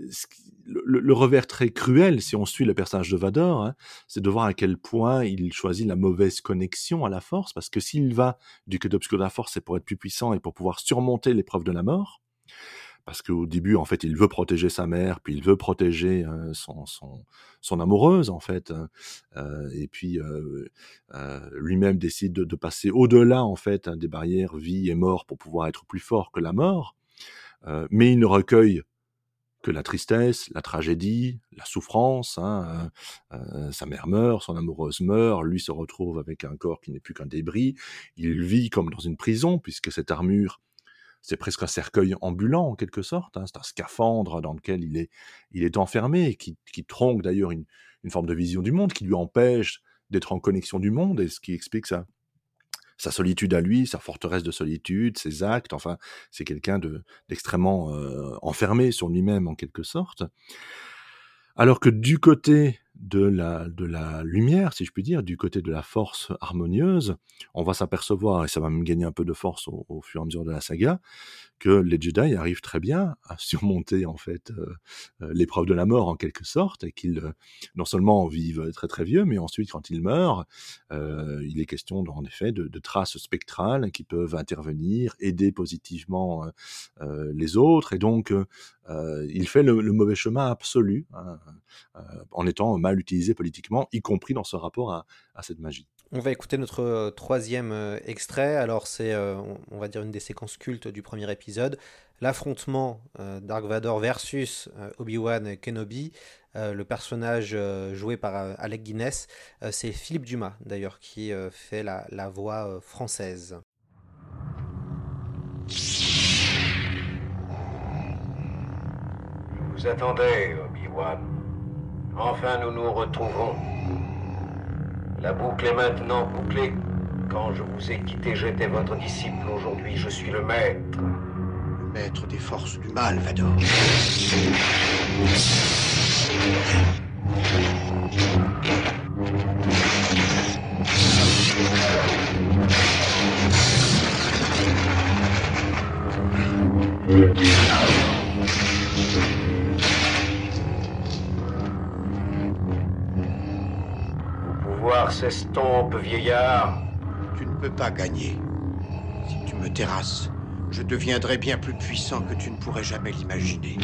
le, le revers très cruel, si on suit le personnage de Vador, hein, c'est de voir à quel point il choisit la mauvaise connexion à la force, parce que s'il va du côté obscur de la force, c'est pour être plus puissant et pour pouvoir surmonter l'épreuve de la mort. Parce qu'au début, en fait, il veut protéger sa mère, puis il veut protéger euh, son, son, son amoureuse, en fait, euh, et puis euh, euh, lui-même décide de, de passer au-delà, en fait, hein, des barrières vie et mort pour pouvoir être plus fort que la mort, euh, mais il ne recueille que la tristesse, la tragédie, la souffrance, hein, euh, euh, sa mère meurt, son amoureuse meurt, lui se retrouve avec un corps qui n'est plus qu'un débris, il vit comme dans une prison, puisque cette armure c'est presque un cercueil ambulant en quelque sorte, hein, c'est un scaphandre dans lequel il est, il est enfermé, et qui, qui tronque d'ailleurs une, une forme de vision du monde, qui lui empêche d'être en connexion du monde, et ce qui explique sa, sa solitude à lui, sa forteresse de solitude, ses actes, enfin, c'est quelqu'un de, d'extrêmement euh, enfermé sur lui-même en quelque sorte. Alors que du côté de la, de la lumière, si je puis dire, du côté de la force harmonieuse, on va s'apercevoir, et ça va me gagner un peu de force au, au fur et à mesure de la saga, que les Jedi arrivent très bien à surmonter en fait euh, euh, l'épreuve de la mort en quelque sorte, et qu'ils euh, non seulement vivent très très vieux, mais ensuite quand ils meurent, euh, il est question en effet de, de traces spectrales qui peuvent intervenir, aider positivement euh, euh, les autres, et donc euh, il fait le, le mauvais chemin absolu, hein, euh, en étant mal utilisé politiquement, y compris dans ce rapport à, à cette magie. On va écouter notre euh, troisième euh, extrait. Alors c'est, euh, on, on va dire, une des séquences cultes du premier épisode. L'affrontement euh, Dark Vador versus euh, Obi-Wan Kenobi. Euh, le personnage euh, joué par euh, Alec Guinness, euh, c'est Philippe Dumas d'ailleurs qui euh, fait la, la voix euh, française. Je vous attendais, Obi-Wan. Enfin, nous nous retrouvons. La boucle est maintenant bouclée. Quand je vous ai quitté, j'étais votre disciple. Aujourd'hui, je suis le maître. Le maître des forces du mal, Vador. S'estompe, vieillard. Tu ne peux pas gagner. Si tu me terrasses, je deviendrai bien plus puissant que tu ne pourrais jamais l'imaginer.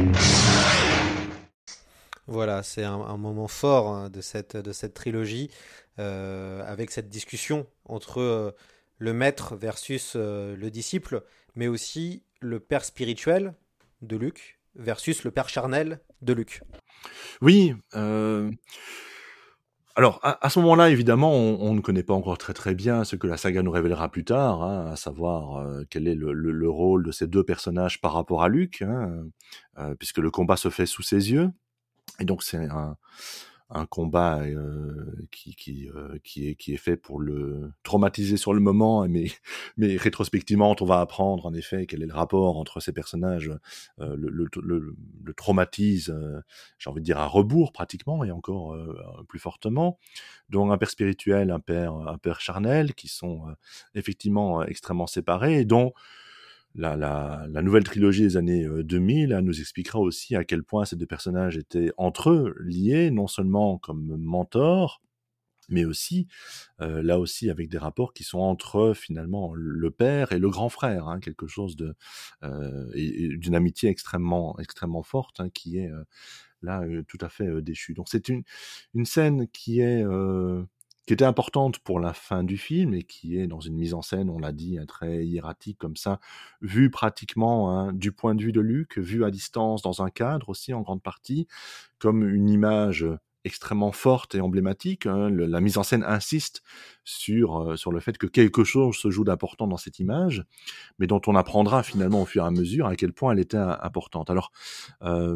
Voilà, c'est un, un moment fort hein, de, cette, de cette trilogie, euh, avec cette discussion entre euh, le maître versus euh, le disciple, mais aussi le père spirituel de Luke versus le père charnel de Luke. Oui, euh... Alors, à, à ce moment-là, évidemment, on, on ne connaît pas encore très très bien ce que la saga nous révélera plus tard, hein, à savoir euh, quel est le, le, le rôle de ces deux personnages par rapport à Luke, hein, euh, puisque le combat se fait sous ses yeux, et donc c'est un, un combat euh, qui, qui, euh, qui, est, qui est fait pour le traumatiser sur le moment, mais, mais rétrospectivement, on va apprendre en effet quel est le rapport entre ces personnages, euh, le, le, le, le traumatise, euh, j'ai envie de dire à rebours pratiquement, et encore euh, plus fortement. Donc un père spirituel, un père, un père charnel, qui sont euh, effectivement euh, extrêmement séparés, et dont La, la, la nouvelle trilogie des années deux mille hein, nous expliquera aussi à quel point ces deux personnages étaient entre eux liés, non seulement comme mentors, mais aussi, euh, là aussi, avec des rapports qui sont entre finalement le père et le grand frère, hein, quelque chose de euh, et, et d'une amitié extrêmement, extrêmement forte, hein, qui est euh, là euh, tout à fait euh, déchue. Donc c'est une, une scène qui est euh, qui était importante pour la fin du film et qui est dans une mise en scène, on l'a dit, hein, très hiératique comme ça, vue pratiquement hein, du point de vue de Luke, vue à distance dans un cadre aussi en grande partie, comme une image extrêmement forte et emblématique. Hein. Le, la mise en scène insiste sur, euh, sur le fait que quelque chose se joue d'important dans cette image, mais dont on apprendra finalement au fur et à mesure à quel point elle était importante. Alors, euh,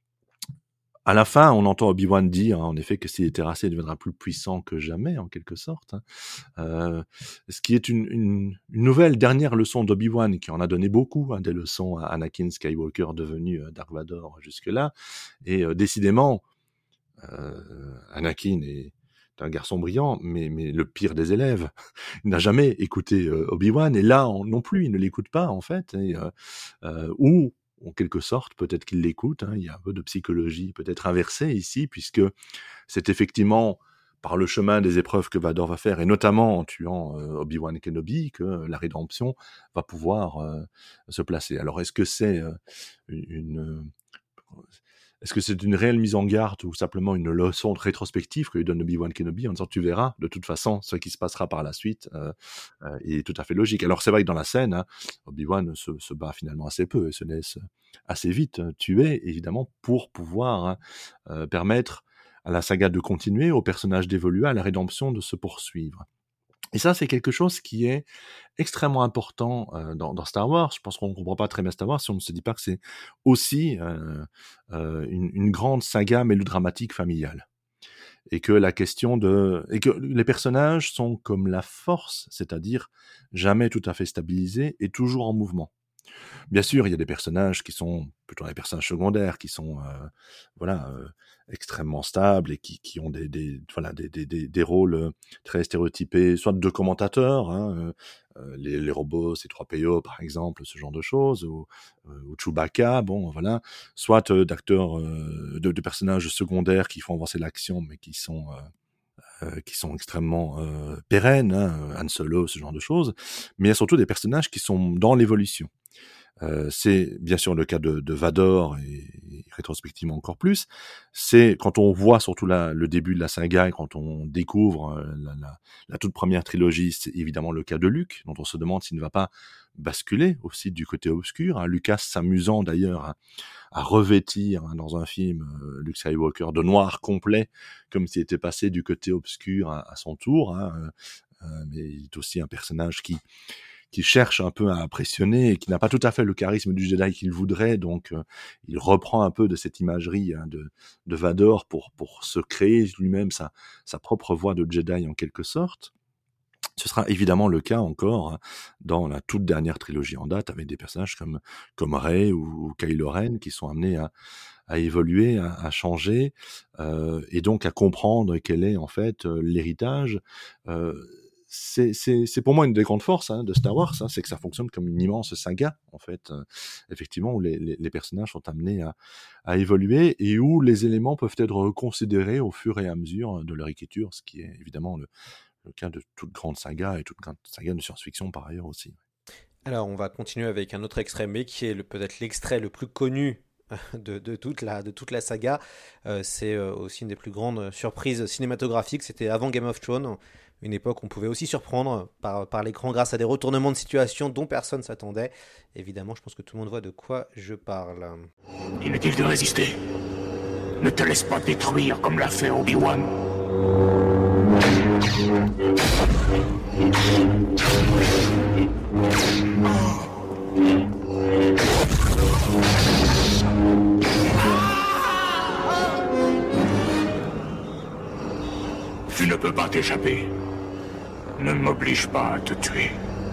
à la fin, on entend Obi-Wan dire, hein, en effet, que s'il est terrassé, il deviendra plus puissant que jamais, en quelque sorte. Hein. Euh, ce qui est une, une, une nouvelle dernière leçon d'Obi-Wan, qui en a donné beaucoup, hein, des leçons à Anakin Skywalker devenu euh, Dark Vador jusque-là. Et euh, décidément, euh, Anakin est un garçon brillant, mais, mais le pire des élèves. Il n'a jamais écouté euh, Obi-Wan, et là on, non plus, il ne l'écoute pas, en fait. Et, euh, euh, ou en quelque sorte, peut-être qu'il l'écoute, hein, il y a un peu de psychologie peut-être inversée ici, puisque c'est effectivement par le chemin des épreuves que Vador va faire, et notamment en tuant euh, Obi-Wan Kenobi, que la rédemption va pouvoir euh, se placer. Alors est-ce que c'est euh, une... Euh, est-ce que c'est une réelle mise en garde ou simplement une leçon rétrospective que lui donne Obi-Wan Kenobi en disant tu verras de toute façon ce qui se passera par la suite euh, euh, est tout à fait logique. Alors c'est vrai que dans la scène, hein, Obi-Wan se, se bat finalement assez peu et se laisse assez vite tuer, évidemment, pour pouvoir hein, euh, permettre à la saga de continuer, au personnage d'évoluer, à la rédemption de se poursuivre. Et ça, c'est quelque chose qui est extrêmement important euh, dans, dans Star Wars. Je pense qu'on ne comprend pas très bien Star Wars si on ne se dit pas que c'est aussi euh, euh, une, une grande saga mélodramatique familiale. Et que la question de... Et que les personnages sont comme la force, c'est-à-dire jamais tout à fait stabilisés et toujours en mouvement. Bien sûr, il y a des personnages qui sont plutôt des personnages secondaires, qui sont euh, voilà euh, extrêmement stables et qui, qui ont des, des voilà des, des, des, des rôles très stéréotypés, soit de commentateurs, hein, euh, les, les robots C trois P O par exemple, ce genre de choses, ou, euh, ou Chewbacca, bon voilà, soit euh, d'acteurs, euh, de, de personnages secondaires qui font avancer l'action, mais qui sont euh, Euh, qui sont extrêmement euh, pérennes, hein, Han Solo, ce genre de choses, mais il y a surtout des personnages qui sont dans l'évolution. Euh, c'est bien sûr le cas de, de Vador, et, et rétrospectivement encore plus. C'est quand on voit surtout la, le début de la saga, et quand on découvre la, la, la toute première trilogie, c'est évidemment le cas de Luke, dont on se demande s'il ne va pas basculer aussi du côté obscur. Hein. Lucas s'amusant d'ailleurs à, à revêtir hein, dans un film euh, Luke Skywalker de noir complet, comme s'il était passé du côté obscur à, à son tour. Hein. Euh, mais il est aussi un personnage qui qui cherche un peu à impressionner et qui n'a pas tout à fait le charisme du Jedi qu'il voudrait, donc euh, il reprend un peu de cette imagerie hein, de, de Vador pour, pour se créer lui-même sa, sa propre voix de Jedi en quelque sorte. Ce sera évidemment le cas encore hein, dans la toute dernière trilogie en date, avec des personnages comme, comme Rey ou, ou Kylo Ren qui sont amenés à, à évoluer, à, à changer, euh, et donc à comprendre quel est en fait euh, l'héritage. Euh, C'est, c'est, c'est pour moi une des grandes forces hein, de Star Wars, hein, c'est que ça fonctionne comme une immense saga, en fait, euh, effectivement, où les, les, les personnages sont amenés à, à évoluer et où les éléments peuvent être reconsidérés au fur et à mesure de leur écriture, ce qui est évidemment le, le cas de toute grande saga et toute grande saga de science-fiction par ailleurs aussi. Alors, on va continuer avec un autre extrait, mais qui est le, peut-être l'extrait le plus connu de, de, toute, la, de toute la saga. Euh, c'est euh, aussi une des plus grandes surprises cinématographiques, c'était avant Game of Thrones. Une époque où on pouvait aussi surprendre par, par l'écran grâce à des retournements de situation dont personne ne s'attendait. Évidemment, je pense que tout le monde voit de quoi je parle. Inutile de résister. Ne te laisse pas détruire comme l'a fait Obi-Wan. Tu ne peux pas t'échapper. Ne m'oblige pas à te tuer.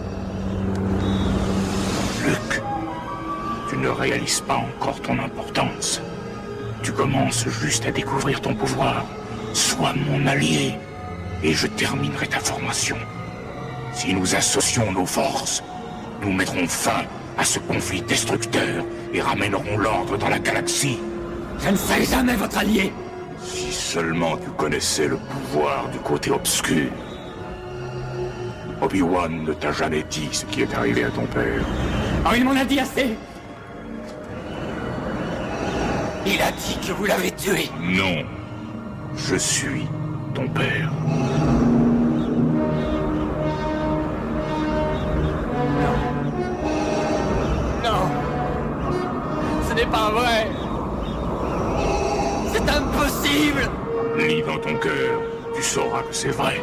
Luke, tu ne réalises pas encore ton importance. Tu commences juste à découvrir ton pouvoir. Sois mon allié, et je terminerai ta formation. Si nous associons nos forces, nous mettrons fin à ce conflit destructeur et ramènerons l'ordre dans la galaxie. Je ne serai jamais votre allié. Si seulement tu connaissais le pouvoir du côté obscur. Obi-Wan ne t'a jamais dit ce qui est arrivé à ton père. Oh, il m'en a dit assez. Il a dit que vous l'avez tué. Non. Je suis ton père. Non. Ce n'est pas vrai. C'est impossible. Lis dans ton cœur. Tu sauras que c'est vrai.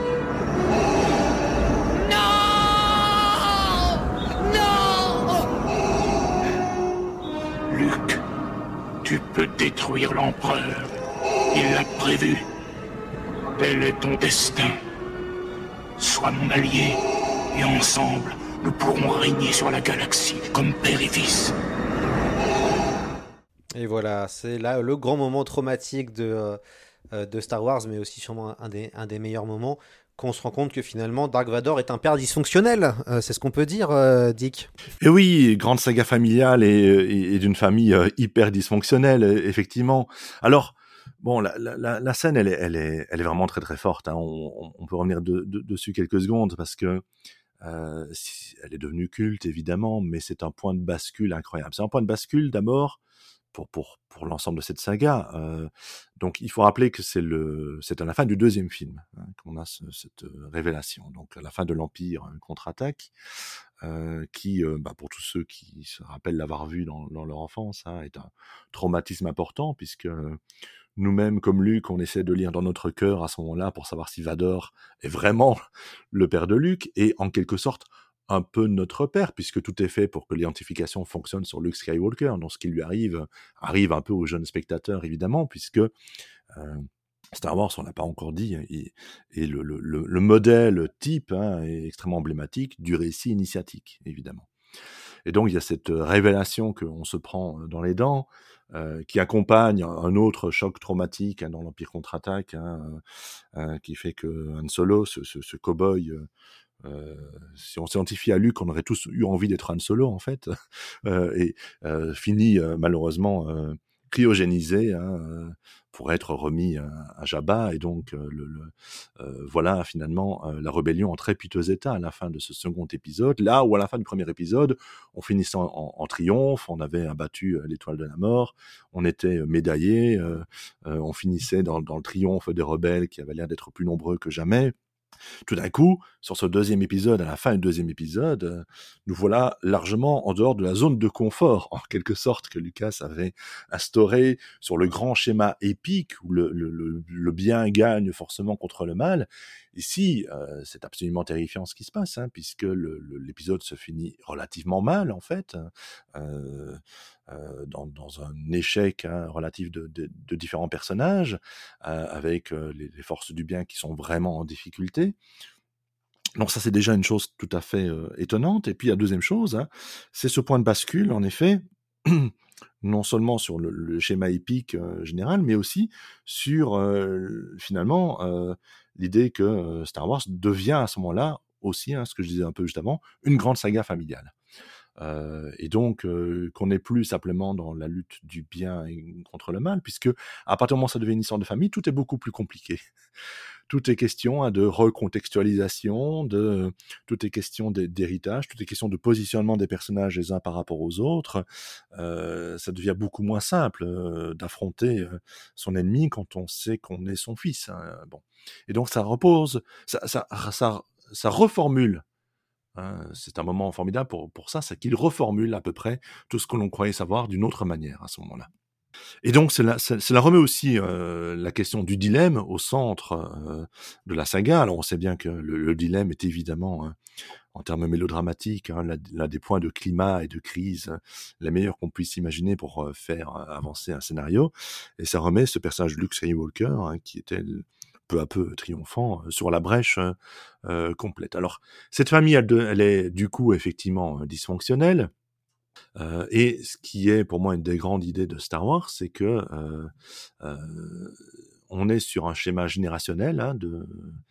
Luke, tu peux détruire l'empereur. Il l'a prévu. Tel est ton destin. Sois mon allié, et ensemble, nous pourrons régner sur la galaxie comme père et fils. Et voilà, c'est là le grand moment traumatique de, euh, de Star Wars, mais aussi sûrement un des, un des meilleurs moments, qu'on se rend compte que finalement Dark Vador est un père dysfonctionnel. Euh, c'est ce qu'on peut dire, euh, Dick. Et oui, grande saga familiale et, et, et d'une famille euh, hyper dysfonctionnelle, effectivement. Alors, bon, la, la, la scène, elle est, elle est, elle est vraiment très très forte. Hein. On, on peut revenir de, de, dessus quelques secondes parce que euh, elle est devenue culte, évidemment, mais c'est un point de bascule incroyable. C'est un point de bascule d'abord pour pour pour l'ensemble de cette saga. Euh, donc il faut rappeler que c'est le c'est à la fin du deuxième film hein, qu'on a ce, cette révélation. Donc à la fin de l'Empire hein, contre-attaque, euh, qui euh, bah, pour tous ceux qui se rappellent l'avoir vu dans, dans leur enfance, hein, est un traumatisme important puisque nous-mêmes, comme Luke, on essaie de lire dans notre cœur à ce moment-là pour savoir si Vador est vraiment le père de Luke, et en quelque sorte un peu notre père, puisque tout est fait pour que l'identification fonctionne sur Luke Skywalker. Donc ce qui lui arrive, arrive un peu aux jeunes spectateurs, évidemment, puisque euh, Star Wars, on l'a pas encore dit, et, et le, le, le modèle type hein, est extrêmement emblématique du récit initiatique, évidemment. Et donc il y a cette révélation qu'on se prend dans les dents, euh, qui accompagne un autre choc traumatique hein, dans l'Empire contre-attaque, hein, euh, qui fait que Han Solo, ce, ce, ce cow-boy, euh, euh, si on s'identifie à Luke, on aurait tous eu envie d'être Han Solo en fait, euh, et euh, finit euh, malheureusement euh, cryogénisé hein, euh, pour être remis à, à Jabba, et donc euh, le, le, euh, voilà finalement euh, la rébellion en très piteux état à la fin de ce second épisode, là où à la fin du premier épisode on finissait en, en, en triomphe, on avait abattu euh, l'étoile de la mort, on était médaillé, euh, euh, on finissait dans, dans le triomphe des rebelles qui avaient l'air d'être plus nombreux que jamais. Tout d'un coup, sur ce deuxième épisode, à la fin du deuxième épisode, euh, nous voilà largement en dehors de la zone de confort, en quelque sorte, que Lucas avait instauré sur le grand schéma épique où le, le, le, le bien gagne forcément contre le mal. Ici, euh, c'est absolument terrifiant ce qui se passe, hein, puisque le, le, l'épisode se finit relativement mal, en fait, euh, euh, dans, dans un échec hein, relatif de, de, de différents personnages, euh, avec euh, les, les forces du bien qui sont vraiment en difficulté. Donc ça, c'est déjà une chose tout à fait euh, étonnante. Et puis, la deuxième chose, hein, c'est ce point de bascule, en effet, non seulement sur le, le schéma épique euh, général, mais aussi sur, euh, finalement, euh, l'idée que euh, Star Wars devient à ce moment-là aussi, hein, ce que je disais un peu juste avant, une grande saga familiale. Euh, et donc euh, qu'on n'est plus simplement dans la lutte du bien contre le mal, puisque à partir du moment où ça devient une histoire de famille, tout est beaucoup plus compliqué. Tout est question hein, de recontextualisation, de, tout est question d'héritage, tout est question de positionnement des personnages les uns par rapport aux autres. Euh, ça devient beaucoup moins simple euh, d'affronter euh, son ennemi quand on sait qu'on est son fils. Hein. Bon. Et donc ça repose, ça, ça, ça, ça reformule. Hein, c'est un moment formidable pour, pour ça, c'est qu'il reformule à peu près tout ce que l'on croyait savoir d'une autre manière à ce moment-là. Et donc, cela, cela remet aussi euh, la question du dilemme au centre euh, de la saga. Alors, on sait bien que le, le dilemme est évidemment, hein, en termes mélodramatiques, hein, l'un des points de climat et de crise hein, les meilleurs qu'on puisse imaginer pour euh, faire avancer un scénario. Et ça remet ce personnage Luke Skywalker, hein, qui était peu à peu triomphant, sur la brèche euh, complète. Alors, cette famille, elle, elle est du coup effectivement dysfonctionnelle. Euh, et ce qui est pour moi une des grandes idées de Star Wars, c'est que euh, euh, on est sur un schéma générationnel hein, de,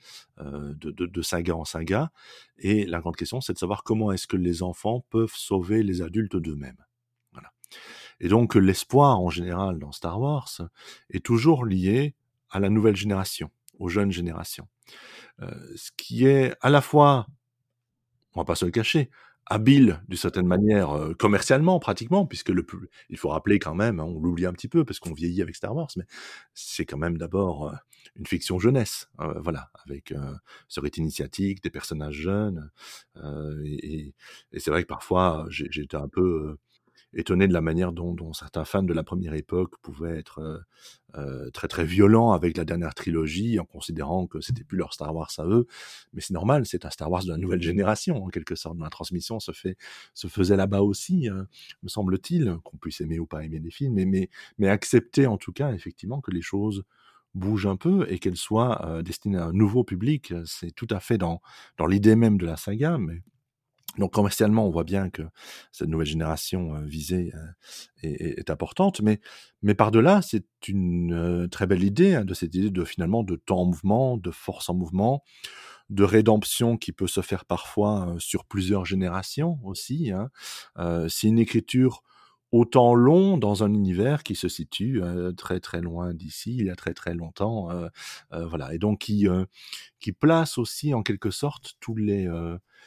euh, de, de, de saga en saga, et la grande question, c'est de savoir comment est-ce que les enfants peuvent sauver les adultes d'eux-mêmes. Voilà. Et donc l'espoir en général dans Star Wars est toujours lié à la nouvelle génération, aux jeunes générations. Euh, ce qui est à la fois, on va pas se le cacher, habile d'une certaine manière euh, commercialement pratiquement, puisque le plus, il faut rappeler quand même, hein, on l'oublie un petit peu parce qu'on vieillit avec Star Wars, mais c'est quand même d'abord euh, une fiction jeunesse, euh, voilà, avec euh, ce rythme initiatique, des personnages jeunes, euh, et, et c'est vrai que parfois j'ai, j'ai été un peu euh, étonné de la manière dont, dont certains fans de la première époque pouvaient être euh, euh, très très violents avec la dernière trilogie, en considérant que c'était plus leur Star Wars à eux. Mais c'est normal, c'est un Star Wars de la nouvelle génération, en quelque sorte. La transmission se fait, se faisait là-bas aussi, hein, me semble-t-il, qu'on puisse aimer ou pas aimer des films, mais, mais, mais accepter en tout cas, effectivement, que les choses bougent un peu et qu'elles soient euh, destinées à un nouveau public. C'est tout à fait dans, dans l'idée même de la saga, mais donc commercialement, on voit bien que cette nouvelle génération euh, visée euh, est, est importante, mais, mais par-delà, c'est une euh, très belle idée, hein, de cette idée de finalement de temps en mouvement, de force en mouvement, de rédemption qui peut se faire parfois euh, sur plusieurs générations aussi. Hein. Euh, c'est une écriture au temps long dans un univers qui se situe euh, très très loin d'ici, il y a très très longtemps, euh, euh, voilà, et donc qui, euh, qui place aussi en quelque sorte tous les... Euh,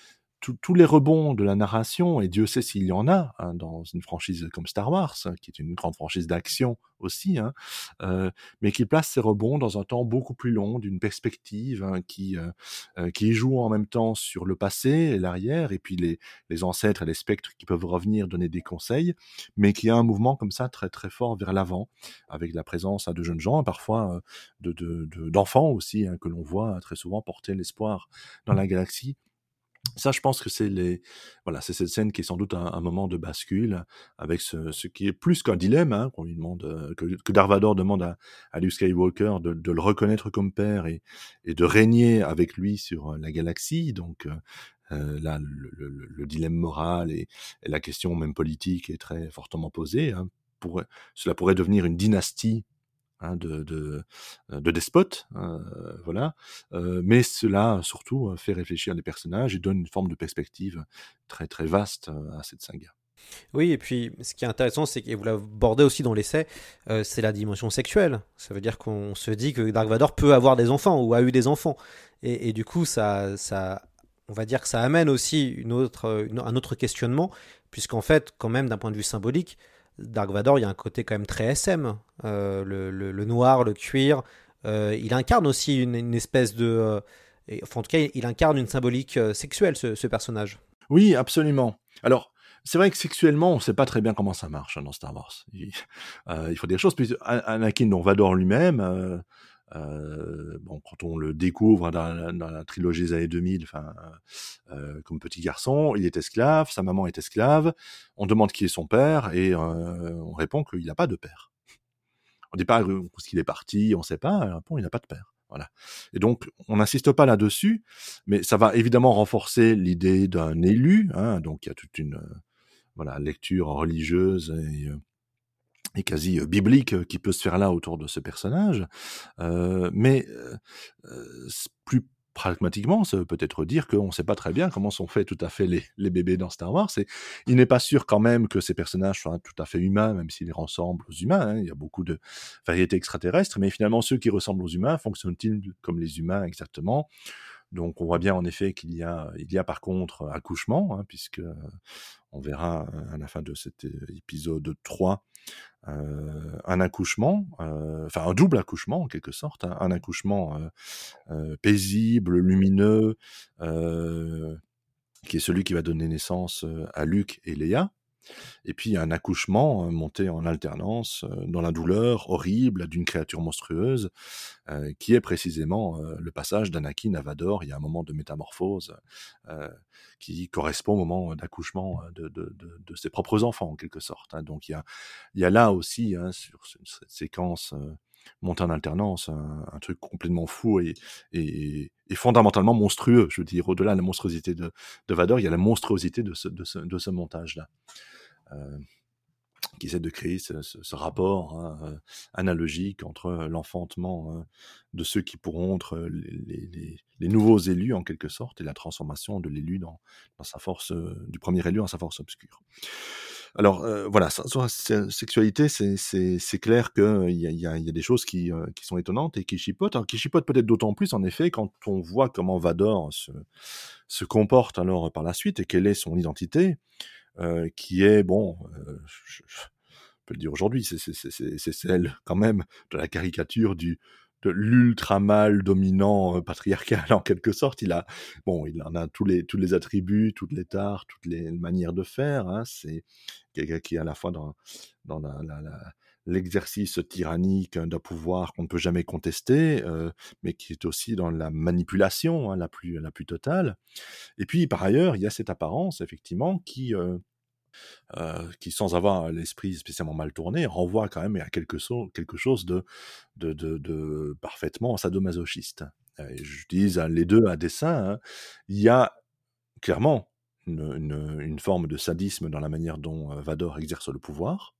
tous les rebonds de la narration, et Dieu sait s'il y en a hein, dans une franchise comme Star Wars, hein, qui est une grande franchise d'action aussi, hein, euh, mais qui place ces rebonds dans un temps beaucoup plus long, d'une perspective hein, qui euh, euh, qui joue en même temps sur le passé et l'arrière, et puis les les ancêtres et les spectres qui peuvent revenir donner des conseils, mais qui a un mouvement comme ça très très fort vers l'avant, avec la présence hein, de jeunes gens, parfois euh, de, de, de d'enfants aussi hein, que l'on voit très souvent porter l'espoir dans la galaxie. Ça, je pense que c'est les, voilà, c'est cette scène qui est sans doute un, un moment de bascule, avec ce, ce qui est plus qu'un dilemme, hein, qu'on lui demande, euh, que, que Darth Vader demande à, à Luke Skywalker de, de le reconnaître comme père et, et de régner avec lui sur la galaxie. Donc euh, euh, là, le, le, le, le dilemme moral et, et la question même politique est très fortement posée. Hein. Pour, cela pourrait devenir une dynastie. Hein, de, de, de despotes, euh, voilà. Euh, mais cela, surtout, fait réfléchir les personnages et donne une forme de perspective très, très vaste à cette saga. Oui, et puis ce qui est intéressant, c'est que vous l'abordez aussi dans l'essai, euh, c'est la dimension sexuelle. Ça veut dire qu'on se dit que Dark Vador peut avoir des enfants ou a eu des enfants. Et, et du coup, ça, ça, on va dire que ça amène aussi une autre, une, un autre questionnement, puisqu'en fait, quand même, d'un point de vue symbolique, Dark Vador, il y a un côté quand même très S M, euh, le, le, le noir, le cuir. Euh, il incarne aussi une, une espèce de... Euh, et, enfin, en tout cas, il incarne une symbolique euh, sexuelle, ce, ce personnage. Oui, absolument. Alors, c'est vrai que sexuellement, on ne sait pas très bien comment ça marche hein, dans Star Wars. Il, euh, il faut dire des choses. Puis Anakin, donc Vador lui-même... Euh, Euh, bon, quand on le découvre dans la, dans la trilogie des années deux mille, enfin, euh, comme petit garçon, il est esclave, sa maman est esclave. On demande qui est son père et euh, on répond qu'il n'a pas de père. On dit pas parce qu'il est parti, on ne sait pas. On répond il n'a pas de père. Voilà. Et donc, on n'insiste pas là-dessus, mais ça va évidemment renforcer l'idée d'un élu. Hein, donc, il y a toute une euh, voilà lecture religieuse et euh, et quasi euh, biblique euh, qui peut se faire là autour de ce personnage, euh, mais euh, plus pragmatiquement, ça veut peut-être dire qu'on ne sait pas très bien comment sont faits tout à fait les, les bébés dans Star Wars, et il n'est pas sûr quand même que ces personnages soient tout à fait humains, même s'ils ressemblent aux humains, hein. Il y a beaucoup de variétés extraterrestres, mais finalement ceux qui ressemblent aux humains fonctionnent-ils comme les humains exactement ? Donc on voit bien en effet qu'il y a, il y a par contre accouchement, hein, puisque on verra à la fin de cet épisode trois euh, un accouchement, euh, enfin un double accouchement en quelque sorte, hein, un accouchement euh, euh, paisible, lumineux, euh, qui est celui qui va donner naissance à Luke et Leia. Et puis un accouchement euh, monté en alternance euh, dans la douleur horrible d'une créature monstrueuse, euh, qui est précisément euh, le passage d'Anakin à Vador. Il y a un moment de métamorphose euh, qui correspond au moment d'accouchement de, de, de, de ses propres enfants, en quelque sorte. Hein. Donc il y a, il y a là aussi, hein, sur cette séquence euh, montée en alternance, un, un truc complètement fou et, et, et fondamentalement monstrueux. Je veux dire, au-delà de la monstruosité de, de Vador, il y a la monstruosité de ce, de ce, de ce montage-là. Euh, qui essaie de créer ce, ce, ce rapport hein, euh, analogique entre l'enfantement euh, de ceux qui pourront être les, les, les nouveaux élus en quelque sorte et la transformation de l'élu dans, dans sa force, euh, du premier élu en sa force obscure. Alors euh, voilà, sur la sexualité, c'est, c'est, c'est clair qu'il y a, y, a, y a des choses qui, euh, qui sont étonnantes et qui chipotent. Alors qui chipotent peut-être d'autant plus en effet quand on voit comment Vador se, se comporte alors par la suite et quelle est son identité. Euh, qui est, bon, euh, je, je peux le dire aujourd'hui, c'est, c'est, c'est, c'est celle quand même de la caricature du, de l'ultra mâle dominant euh, patriarcal en quelque sorte. Il a, bon, il en a tous les, tous les attributs, toutes les tares, toutes les manières de faire. Hein. C'est quelqu'un qui est à la fois dans, dans la, la, la l'exercice tyrannique d'un pouvoir qu'on ne peut jamais contester, euh, mais qui est aussi dans la manipulation hein, la plus la plus totale. Et puis par ailleurs, il y a cette apparence effectivement qui euh, euh, qui sans avoir l'esprit spécialement mal tourné renvoie quand même à quelque, so- quelque chose de de, de de parfaitement sadomasochiste. Euh, j'utilise hein, les deux à dessein. Hein. Il y a clairement une, une, une forme de sadisme dans la manière dont euh, Vador exerce le pouvoir.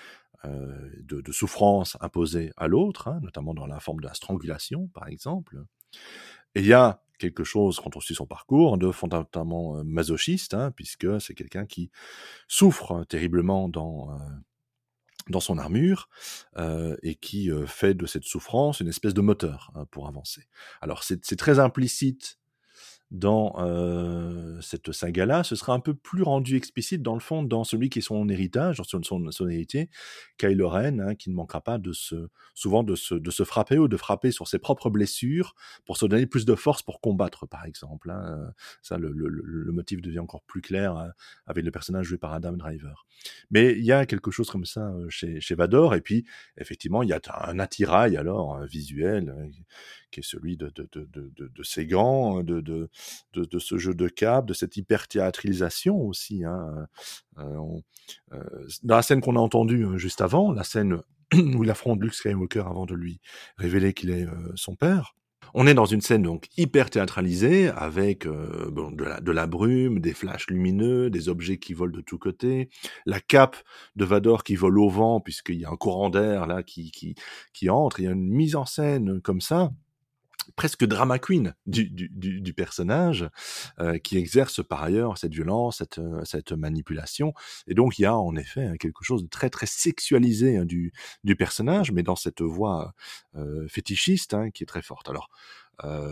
Euh, de, de souffrance imposée à l'autre, hein, notamment dans la forme de la strangulation, par exemple. Et il y a quelque chose, quand on suit son parcours, de fondamentalement masochiste, hein, puisque c'est quelqu'un qui souffre hein, terriblement dans, euh, dans son armure, euh, et qui euh, fait de cette souffrance une espèce de moteur hein, pour avancer. Alors c'est, c'est très implicite dans euh, cette saga-là, ce sera un peu plus rendu explicite dans le fond, dans celui qui est son héritage, son, son, son héritier, Kylo Ren, hein, qui ne manquera pas de se, souvent de se, de se frapper ou de frapper sur ses propres blessures pour se donner plus de force pour combattre, par exemple. Hein. Ça, le, le, le motif devient encore plus clair hein, avec le personnage joué par Adam Driver. Mais il y a quelque chose comme ça chez, chez Vador, et puis effectivement, il y a un attirail alors un visuel qui est celui de, de, de, de, de, de ces gants, de, de, de, de ce jeu de cap, de cette hyper-théâtralisation aussi. Hein. Euh, on, euh, dans la scène qu'on a entendue euh, juste avant, la scène où il affronte Luke Skywalker avant de lui révéler qu'il est euh, son père, on est dans une scène donc hyper théâtralisée avec euh, bon, de, la, de la brume, des flashs lumineux, des objets qui volent de tous côtés, la cape de Vador qui vole au vent puisqu'il y a un courant d'air là qui, qui, qui entre, il y a une mise en scène comme ça, presque drama queen du, du, du, du personnage, euh, qui exerce par ailleurs cette violence, cette, cette manipulation. Et donc il y a en effet hein, quelque chose de très très sexualisé hein, du, du personnage, mais dans cette voix euh, fétichiste hein, qui est très forte. Alors, euh,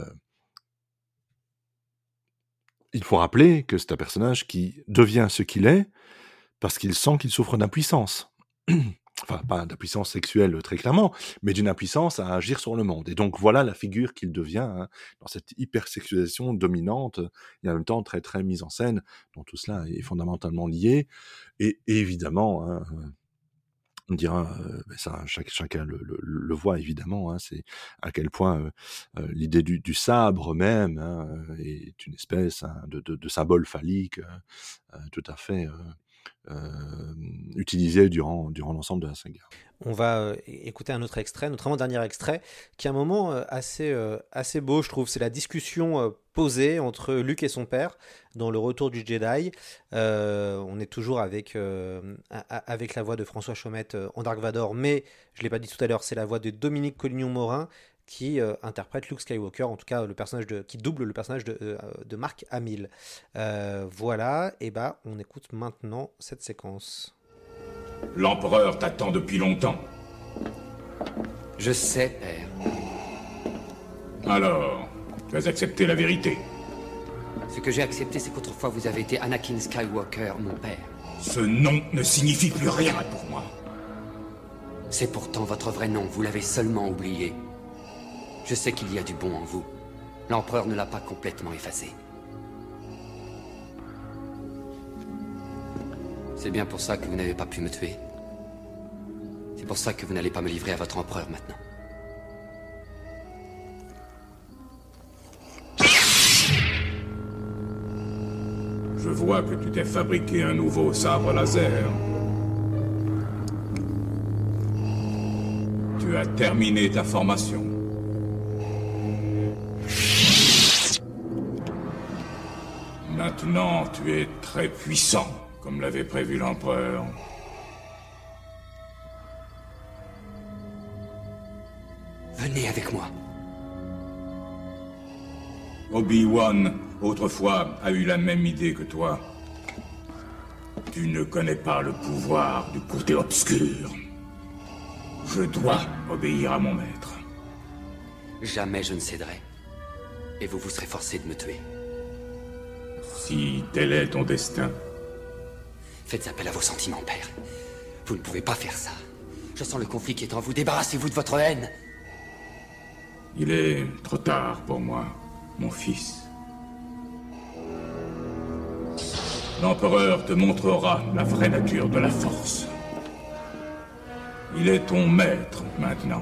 il faut rappeler que c'est un personnage qui devient ce qu'il est parce qu'il sent qu'il souffre d'impuissance. Enfin, pas d'impuissance sexuelle très clairement, mais d'une impuissance à agir sur le monde. Et donc voilà la figure qu'il devient hein, dans cette hypersexualisation dominante et en même temps très très mise en scène, dont tout cela est fondamentalement lié. Et, et évidemment, hein, on dira, euh, ça chaque, chacun le, le, le voit évidemment, hein, c'est à quel point euh, euh, l'idée du, du sabre même hein, est une espèce hein, de, de, de symbole phallique euh, tout à fait... Euh, Euh, utilisé durant, durant l'ensemble de la saga. On va euh, écouter un autre extrait, notre avant-dernier extrait, qui est un moment euh, assez, euh, assez beau, je trouve. C'est la discussion euh, posée entre Luke et son père dans Le Retour du Jedi. Euh, on est toujours avec, euh, avec la voix de François Chaumette euh, en Dark Vador, mais je ne l'ai pas dit tout à l'heure, c'est la voix de Dominique Collignon-Morin qui euh, interprète Luke Skywalker, en tout cas le personnage de, qui double le personnage de, euh, de Mark Hamill. Euh, voilà, et bah on écoute maintenant cette séquence. L'empereur t'attend depuis longtemps. Je sais, père. Alors, tu as accepté la vérité. Ce que j'ai accepté, c'est qu'autrefois vous avez été Anakin Skywalker, mon père. Ce nom ne signifie plus rien pour moi. C'est pourtant votre vrai nom, vous l'avez seulement oublié. Je sais qu'il y a du bon en vous. L'empereur ne l'a pas complètement effacé. C'est bien pour ça que vous n'avez pas pu me tuer. C'est pour ça que vous n'allez pas me livrer à votre empereur maintenant. Je vois que tu t'es fabriqué un nouveau sabre laser. Tu as terminé ta formation. Maintenant, tu es très puissant, comme l'avait prévu l'empereur. Venez avec moi. Obi-Wan, autrefois, a eu la même idée que toi. Tu ne connais pas le pouvoir du côté obscur. Je dois obéir à mon maître. Jamais je ne céderai. Et vous vous serez forcé de me tuer. Si tel est ton destin. Faites appel à vos sentiments, père. Vous ne pouvez pas faire ça. Je sens le conflit qui est en vous. Débarrassez-vous de votre haine. Il est trop tard pour moi, mon fils. L'empereur te montrera la vraie nature de la force. Il est ton maître maintenant.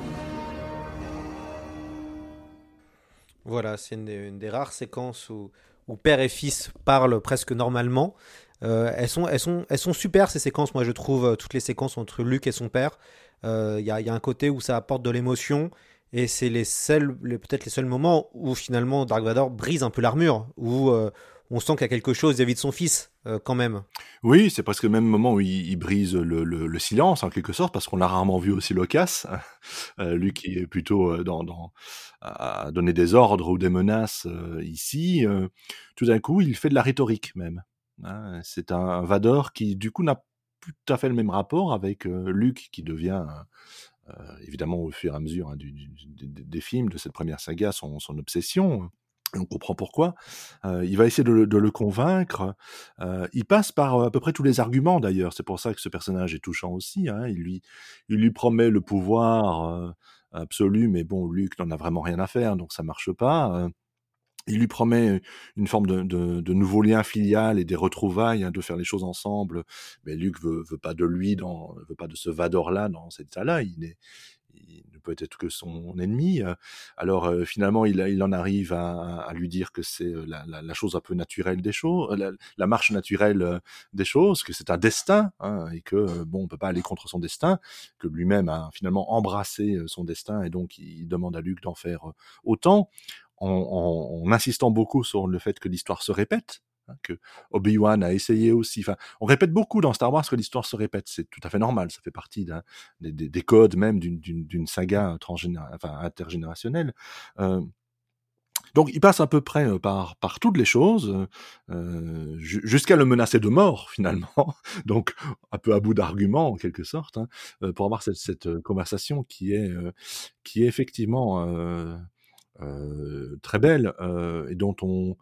Voilà, c'est une, une des rares séquences où, où père et fils parlent presque normalement. Euh, elles, sont, elles, sont, elles sont super ces séquences, moi je trouve, toutes les séquences entre Luke et son père. Il euh, y, y a un côté où ça apporte de l'émotion. Et c'est les seuls, les, peut-être les seuls moments où finalement Dark Vador brise un peu l'armure, où euh, on sent qu'il y a quelque chose vis-à-vis de son fils, euh, quand même. Oui, c'est presque le même moment où il, il brise le, le, le silence, en quelque sorte, parce qu'on l'a rarement vu aussi loquace. Euh, lui qui est plutôt dans, dans, à donner des ordres ou des menaces euh, ici, euh, tout d'un coup, il fait de la rhétorique même. Hein, c'est un Vador qui, du coup, n'a plus tout à fait le même rapport avec euh, Luke, qui devient... Euh, Euh, évidemment au fur et à mesure hein, du, du, du, des films, de cette première saga, son, son obsession. On comprend pourquoi. Euh, il va essayer de le, de le convaincre. Euh, il passe par euh, à peu près tous les arguments d'ailleurs. C'est pour ça que ce personnage est touchant aussi. Hein. Il lui, il lui promet le pouvoir euh, absolu, mais bon, Luke n'en a vraiment rien à faire, donc ça marche pas. Euh, il lui promet une forme de, de, de nouveau lien filial et des retrouvailles, hein, de faire les choses ensemble. Mais Luke veut, veut pas de lui, dans, veut pas de ce Vador-là dans cet état-là. Il est il ne peut être que son ennemi. Alors euh, finalement, il, il en arrive à, à lui dire que c'est la, la, la chose un peu naturelle des choses, la, la marche naturelle des choses, que c'est un destin, hein, et que bon, on peut pas aller contre son destin, que lui-même a finalement embrassé son destin, et donc il demande à Luke d'en faire autant, en, en, en insistant beaucoup sur le fait que l'histoire se répète. Que Obi-Wan a essayé aussi. Enfin, on répète beaucoup dans Star Wars que l'histoire se répète. C'est tout à fait normal. Ça fait partie d'un, des, des, des codes même d'une, d'une, d'une saga transgénéra- enfin, intergénérationnelle. Euh, donc, il passe à peu près par, par toutes les choses, euh, jusqu'à le menacer de mort, finalement. Donc, un peu à bout d'arguments, en quelque sorte, hein, pour avoir cette, cette conversation qui est, euh, qui est effectivement euh, euh, très belle, euh, et dont on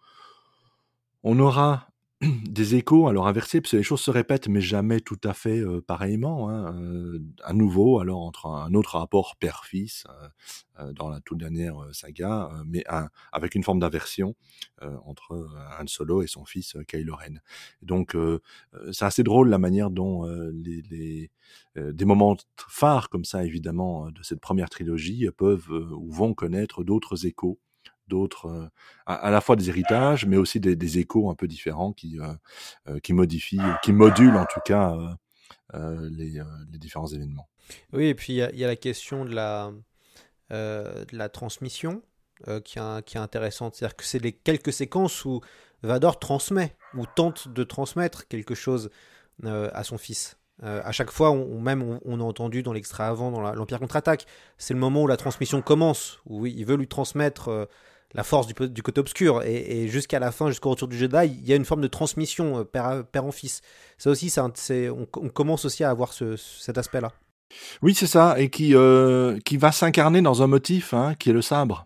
On aura des échos, alors inversés, parce que les choses se répètent, mais jamais tout à fait euh, pareillement. Hein, euh, à nouveau, alors entre un autre rapport père-fils euh, euh, dans la toute dernière euh, saga, euh, mais un, avec une forme d'inversion euh, entre euh, Han Solo et son fils euh, Kylo Ren. Donc, euh, c'est assez drôle la manière dont euh, les, les euh, des moments phares comme ça, évidemment, de cette première trilogie peuvent euh, ou vont connaître d'autres échos, d'autres, euh, à, à la fois des héritages, mais aussi des, des échos un peu différents qui, euh, euh, qui modifient, qui modulent en tout cas euh, euh, les, euh, les différents événements. Oui, et puis il y, y a la question de la, euh, de la transmission euh, qui, a, qui est intéressante. C'est-à-dire que c'est les quelques séquences où Vador transmet, ou tente de transmettre quelque chose euh, à son fils. Euh, à chaque fois, on, même on, on a entendu dans l'extrait avant, dans la, l'Empire contre-attaque, c'est le moment où la transmission commence, où oui, il veut lui transmettre euh, la force du, du côté obscur, et, et jusqu'à la fin, jusqu'au retour du Jedi, il y a une forme de transmission euh, père, père en fils. Ça aussi, c'est un, c'est, on, on commence aussi à avoir ce, cet aspect-là. Oui, c'est ça, et qui, euh, qui va s'incarner dans un motif, hein, qui est le sabre.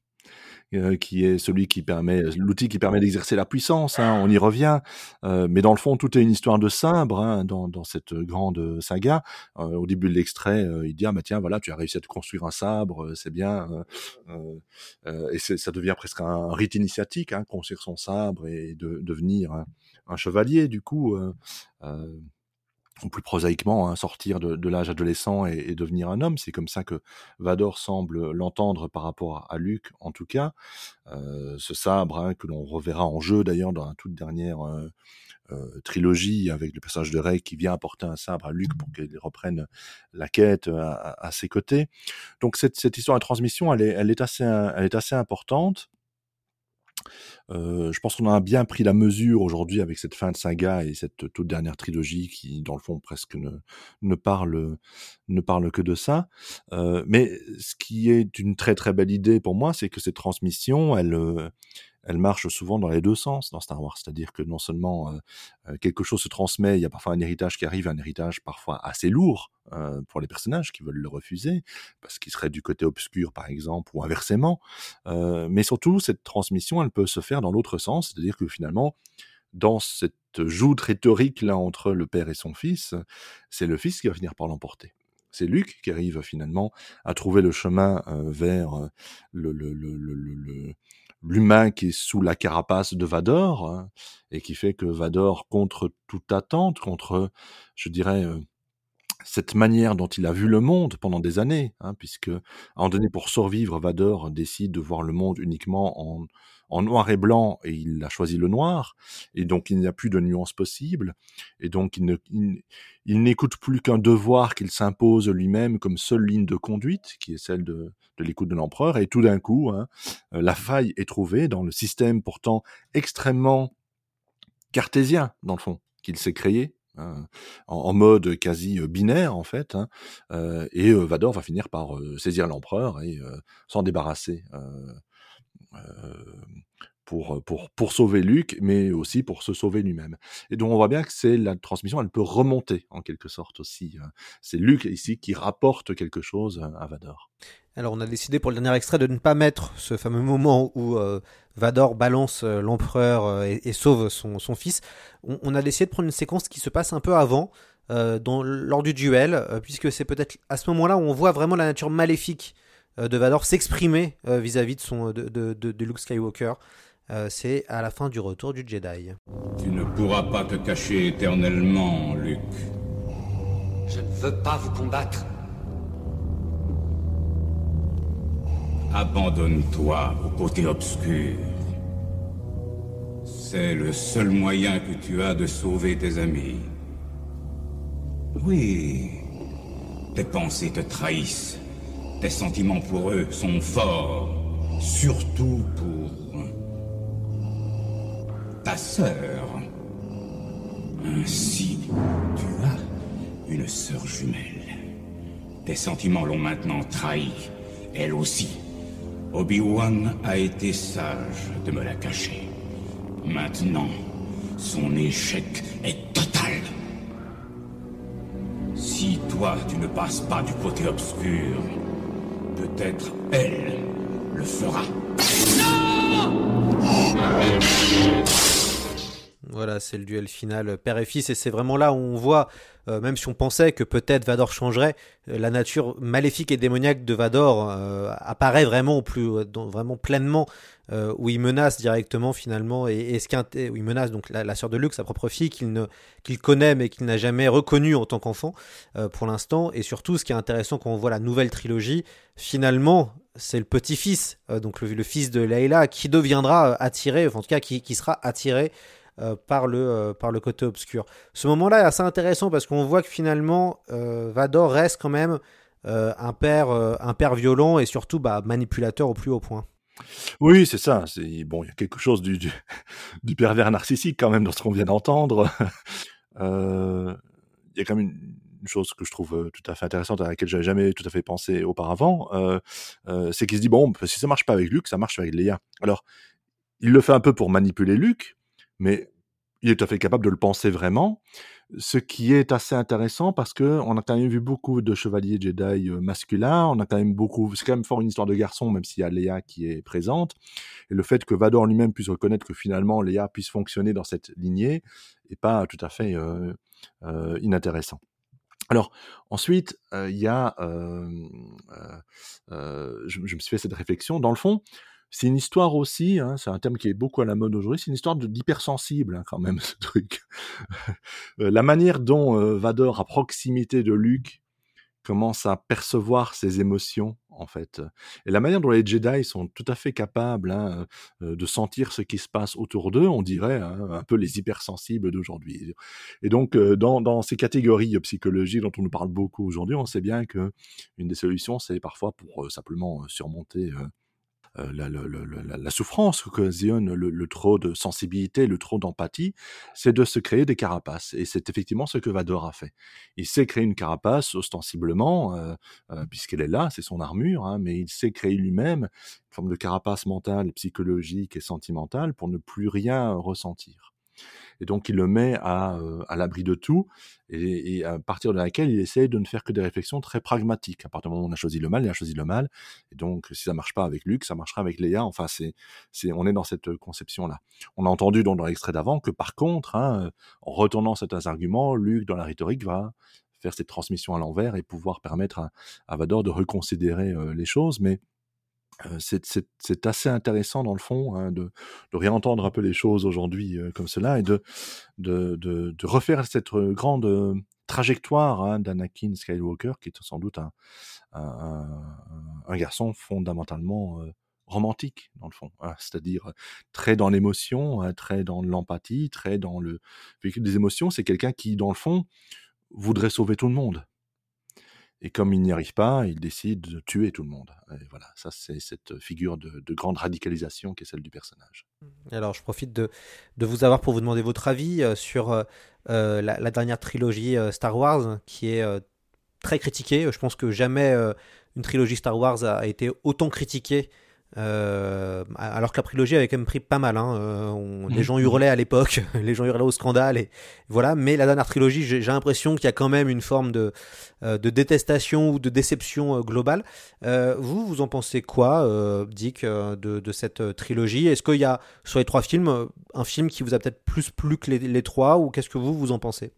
Euh, qui est celui qui permet, l'outil qui permet d'exercer la puissance, hein, on y revient, euh, mais dans le fond, tout est une histoire de sabre, hein, dans, dans cette grande saga. Euh, au début de l'extrait, euh, il dit, ah bah tiens, voilà, tu as réussi à te construire un sabre, c'est bien, euh, euh, et c'est, ça devient presque un rite initiatique, hein, construire son sabre et de, devenir un, un chevalier, du coup, euh, euh, ou plus prosaïquement, hein, sortir de, de l'âge adolescent et, et devenir un homme. C'est comme ça que Vador semble l'entendre par rapport à, à Luke, en tout cas. Euh, ce sabre, hein, que l'on reverra en jeu d'ailleurs dans la toute dernière euh, euh, trilogie, avec le personnage de Rey qui vient apporter un sabre à Luke pour qu'il reprenne la quête à, à, à ses côtés. Donc cette, cette histoire de transmission, elle est, elle est, assez, elle est assez importante. Euh, je pense qu'on a bien pris la mesure aujourd'hui avec cette fin de saga et cette toute dernière trilogie qui, dans le fond, presque ne, ne parle ne parle que de ça. Euh, mais ce qui est une très très belle idée pour moi, c'est que cette transmission, elle euh, elle marche souvent dans les deux sens dans Star Wars, c'est-à-dire que non seulement euh, quelque chose se transmet, il y a parfois un héritage qui arrive, un héritage parfois assez lourd euh, pour les personnages qui veulent le refuser, parce qu'il serait du côté obscur par exemple, ou inversement, euh, mais surtout cette transmission, elle peut se faire dans l'autre sens, c'est-à-dire que finalement, dans cette joute rhétorique là entre le père et son fils, c'est le fils qui va finir par l'emporter. C'est Luke qui arrive finalement à trouver le chemin euh, vers le, le, le, le, le l'humain qui est sous la carapace de Vador, hein, et qui fait que Vador, contre toute attente, contre, je dirais, euh, cette manière dont il a vu le monde pendant des années, hein, puisque, à un moment donné, pour survivre, Vador décide de voir le monde uniquement en, en noir et blanc, et il a choisi le noir, et donc il n'y a plus de nuances possibles, et donc il, ne, il, il n'écoute plus qu'un devoir qu'il s'impose lui-même comme seule ligne de conduite, qui est celle de, de l'écoute de l'empereur, et tout d'un coup, hein, la faille est trouvée dans le système pourtant extrêmement cartésien, dans le fond, qu'il s'est créé, hein, en, en mode quasi binaire en fait, hein, euh, et euh, Vador va finir par euh, saisir l'empereur et euh, s'en débarrasser euh, euh, pour, pour, pour sauver Luke, mais aussi pour se sauver lui-même. Et donc on voit bien que c'est la transmission, elle peut remonter en quelque sorte aussi. Hein. C'est Luke ici qui rapporte quelque chose à Vador. Alors on a décidé pour le dernier extrait de ne pas mettre ce fameux moment où euh, Vador balance euh, l'empereur euh, et, et sauve son, son fils. On, on a décidé de prendre une séquence qui se passe un peu avant, euh, dans, lors du duel, euh, puisque c'est peut-être à ce moment-là où on voit vraiment la nature maléfique euh, de Vador s'exprimer euh, vis-à-vis de, son, de, de, de, de Luke Skywalker. Euh, c'est à la fin du Retour du Jedi. Tu ne pourras pas te cacher éternellement, Luke. Je ne veux pas vous combattre. Abandonne-toi au côté obscur. C'est le seul moyen que tu as de sauver tes amis. Oui, tes pensées te trahissent. Tes sentiments pour eux sont forts. Surtout pour ta sœur. Ainsi, tu as une sœur jumelle. Tes sentiments l'ont maintenant trahi. Elle aussi. Obi-Wan a été sage de me la cacher. Maintenant, son échec est total. Si toi, tu ne passes pas du côté obscur, peut-être elle le fera. Voilà, c'est le duel final père et fils, et c'est vraiment là où on voit, euh, même si on pensait que peut-être Vador changerait, euh, la nature maléfique et démoniaque de Vador euh, apparaît vraiment au plus, euh, dans, vraiment pleinement, euh, où il menace directement finalement, et, et ce qui est, où il menace donc la, la sœur de Luke, sa propre fille, qu'il ne, qu'il connaît mais qu'il n'a jamais reconnue en tant qu'enfant euh, pour l'instant, et surtout ce qui est intéressant quand on voit la nouvelle trilogie, finalement c'est le petit-fils, euh, donc le, le fils de Leila, qui deviendra attiré, enfin, en tout cas qui, qui sera attiré Euh, par, le, euh, par le côté obscur. Ce moment-là est assez intéressant parce qu'on voit que finalement euh, Vador reste quand même euh, un, père, euh, un père violent et surtout bah, manipulateur au plus haut point. Oui, c'est ça. C'est, bon, il y a quelque chose du, du, du pervers narcissique quand même dans ce qu'on vient d'entendre. euh, il y a quand même une, une chose que je trouve tout à fait intéressante à laquelle j'avais jamais tout à fait pensé auparavant, euh, euh, c'est qu'il se dit, bon, si ça marche pas avec Luke, ça marche avec Leia. Alors, il le fait un peu pour manipuler Luke, mais il est tout à fait capable de le penser vraiment, ce qui est assez intéressant parce qu'on a quand même vu beaucoup de chevaliers Jedi masculins, on a quand même beaucoup, c'est quand même fort une histoire de garçon, même s'il y a Leia qui est présente, et le fait que Vador lui-même puisse reconnaître que finalement Leia puisse fonctionner dans cette lignée est pas tout à fait euh, euh, inintéressant. Alors, ensuite, il euh, y a... Euh, euh, euh, je, je me suis fait cette réflexion, dans le fond, c'est une histoire aussi, hein, c'est un terme qui est beaucoup à la mode aujourd'hui, c'est une histoire de, d'hypersensible hein, quand même, ce truc. La manière dont euh, Vador, à proximité de Luke, commence à percevoir ses émotions, en fait. Et la manière dont les Jedi sont tout à fait capables hein, euh, de sentir ce qui se passe autour d'eux, on dirait hein, un peu les hypersensibles d'aujourd'hui. Et donc, euh, dans, dans ces catégories psychologiques dont on nous parle beaucoup aujourd'hui, on sait bien que une des solutions, c'est parfois pour euh, simplement surmonter... Euh, Euh, la, la, la, la souffrance qu'occasionne le, le trop de sensibilité, le trop d'empathie, c'est de se créer des carapaces. Et c'est effectivement ce que Vador a fait. Il s'est créé une carapace ostensiblement, euh, euh, puisqu'elle est là, c'est son armure, hein, mais il s'est créé lui-même une forme de carapace mentale, psychologique et sentimentale pour ne plus rien ressentir. Et donc il le met à, euh, à l'abri de tout, et, et à partir de laquelle il essaye de ne faire que des réflexions très pragmatiques. À partir du moment où on a choisi le mal, il a choisi le mal, et donc si ça marche pas avec Luke, ça marchera avec Leia, enfin c'est, c'est, on est dans cette conception-là. On a entendu donc, dans l'extrait d'avant que par contre, hein, en retournant certains arguments, Luke dans la rhétorique va faire cette transmission à l'envers et pouvoir permettre à, à Vador de reconsidérer euh, les choses, mais Euh, c'est, c'est, c'est assez intéressant dans le fond hein, de, de réentendre un peu les choses aujourd'hui euh, comme cela et de, de, de, de refaire cette grande euh, trajectoire hein, d'Anakin Skywalker qui est sans doute un, un, un, un garçon fondamentalement euh, romantique dans le fond, hein, c'est-à-dire très dans l'émotion, hein, très dans l'empathie, très dans le véhicule des émotions. C'est quelqu'un qui dans le fond voudrait sauver tout le monde. Et comme il n'y arrive pas, il décide de tuer tout le monde. Et voilà, ça c'est cette figure de, de grande radicalisation qui est celle du personnage. Alors je profite de, de vous avoir pour vous demander votre avis euh, sur euh, la, la dernière trilogie euh, Star Wars, qui est euh, très critiquée. Je pense que jamais euh, une trilogie Star Wars a été autant critiquée Euh, alors que la prélogie avait quand même pris pas mal. Hein. Euh, on, Mmh. les gens hurlaient à l'époque, les gens hurlaient au scandale. Et voilà. Mais la dernière trilogie, j'ai, j'ai l'impression qu'il y a quand même une forme de, euh, de détestation ou de déception euh, globale. Euh, vous, vous en pensez quoi, euh, Dick, euh, de, de cette euh, trilogie? Est-ce qu'il y a sur les trois films euh, un film qui vous a peut-être plus plu que les, les trois, ou qu'est-ce que vous, vous en pensez?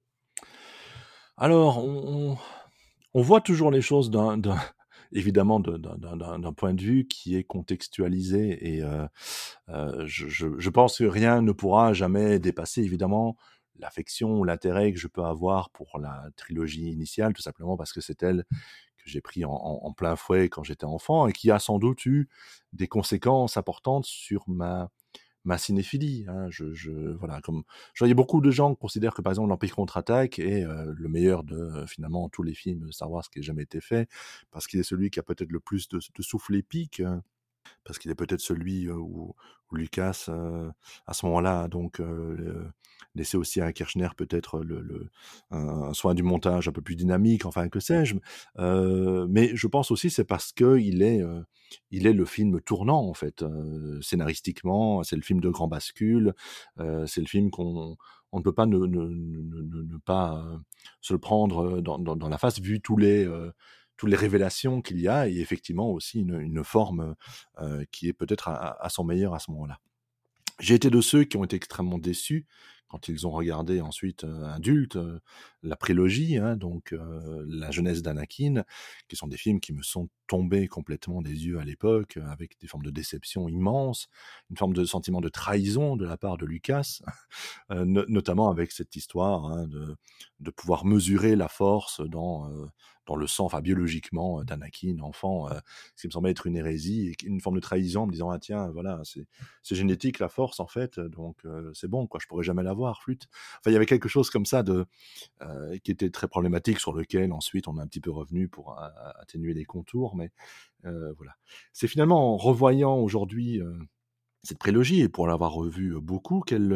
Alors, on, on, on voit toujours les choses d'un, d'un évidemment d'un, d'un, d'un point de vue qui est contextualisé, et euh, euh, je, je, je pense que rien ne pourra jamais dépasser évidemment l'affection ou l'intérêt que je peux avoir pour la trilogie initiale, tout simplement parce que c'est elle que j'ai pris en, en, en plein fouet quand j'étais enfant, et qui a sans doute eu des conséquences importantes sur ma ma cinéphilie. Hein. Je, je, voilà, comme je voyais beaucoup de gens considèrent que par exemple l'Empire contre-attaque est euh, le meilleur de euh, finalement tous les films Star Wars qui aient jamais été faits, parce qu'il est celui qui a peut-être le plus de, de souffle épique, hein, parce qu'il est peut-être celui euh, où, où Lucas euh, à ce moment-là a donc euh, laissé aussi à Kirchner peut-être le, le un, un soin du montage un peu plus dynamique, enfin que sais-je. Euh, mais je pense aussi c'est parce que il est euh, il est le film tournant en fait, euh, scénaristiquement, c'est le film de grand bascule, euh, c'est le film qu'on on ne peut pas ne, ne, ne, ne, ne pas euh, se le prendre dans, dans, dans la face vu tous les euh, toutes les révélations qu'il y a, et effectivement aussi une, une forme euh, qui est peut-être à, à son meilleur à ce moment-là. J'ai été de ceux qui ont été extrêmement déçus quand ils ont regardé ensuite euh, adultes euh, la prélogie, hein, donc euh, la jeunesse d'Anakin, qui sont des films qui me sont tombés complètement des yeux à l'époque, euh, avec des formes de déception immenses, une forme de sentiment de trahison de la part de Lucas, euh, no- notamment avec cette histoire hein, de, de pouvoir mesurer la force dans, euh, dans le sang, enfin biologiquement, euh, d'Anakin, enfant, euh, ce qui me semblait être une hérésie, et une forme de trahison en me disant, ah tiens, voilà, c'est, c'est génétique la force en fait, donc euh, c'est bon, quoi, je pourrais jamais l'avoir, flûte. Enfin, il y avait quelque chose comme ça de, euh, qui était très problématique, sur lequel ensuite on a un petit peu revenu pour a- a- atténuer les contours, mais euh, voilà. C'est finalement en revoyant aujourd'hui euh, cette prélogie, et pour l'avoir revue beaucoup, qu'elle,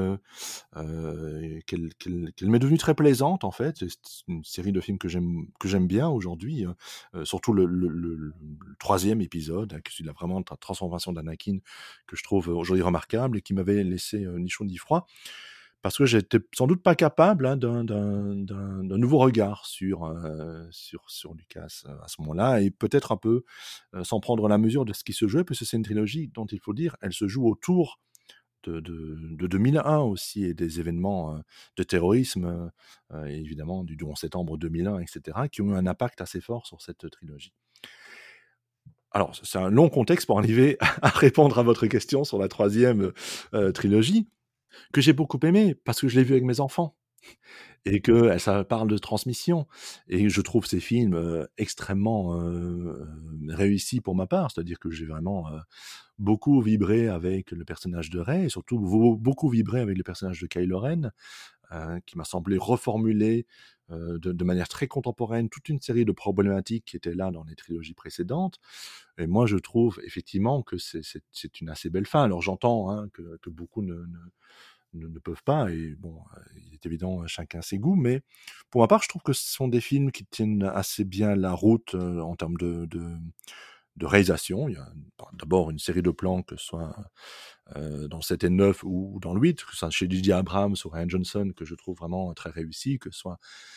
euh, qu'elle, qu'elle, qu'elle m'est devenue très plaisante en fait. C'est une série de films que j'aime, que j'aime bien aujourd'hui, euh, surtout le, le, le, le troisième épisode, hein, qui est vraiment la transformation d'Anakin, que je trouve aujourd'hui remarquable et qui m'avait laissé euh, ni chaud ni froid. Parce que j'étais sans doute pas capable hein, d'un, d'un, d'un, d'un nouveau regard sur, euh, sur, sur Lucas euh, à ce moment-là, et peut-être un peu euh, sans prendre la mesure de ce qui se jouait, parce que c'est une trilogie dont il faut dire, elle se joue autour de, de, de deux mille un aussi, et des événements euh, de terrorisme, euh, et évidemment du onze septembre deux mille un, et cetera, qui ont eu un impact assez fort sur cette trilogie. Alors, c'est un long contexte pour arriver à répondre à votre question sur la troisième euh, trilogie, que j'ai beaucoup aimé, parce que je l'ai vu avec mes enfants, et que ça parle de transmission, et je trouve ces films euh, extrêmement euh, réussis pour ma part, c'est-à-dire que j'ai vraiment euh, beaucoup vibré avec le personnage de Rey, et surtout beaucoup vibré avec le personnage de Kylo Ren, euh, qui m'a semblé reformuler euh, de, de manière très contemporaine toute une série de problématiques qui étaient là dans les trilogies précédentes. Et moi, je trouve effectivement que c'est, c'est, c'est une assez belle fin. Alors j'entends hein, que, que beaucoup ne, ne Ne, ne peuvent pas, et bon, il est évident, chacun ses goûts, mais pour ma part, je trouve que ce sont des films qui tiennent assez bien la route euh, en termes de, de, de réalisation. Il y a d'abord une série de plans, que ce soit euh, dans le sept et le neuf ou dans le huit, que ce soit chez J J Abrams ou Rian Johnson, que je trouve vraiment très réussi, que ce soit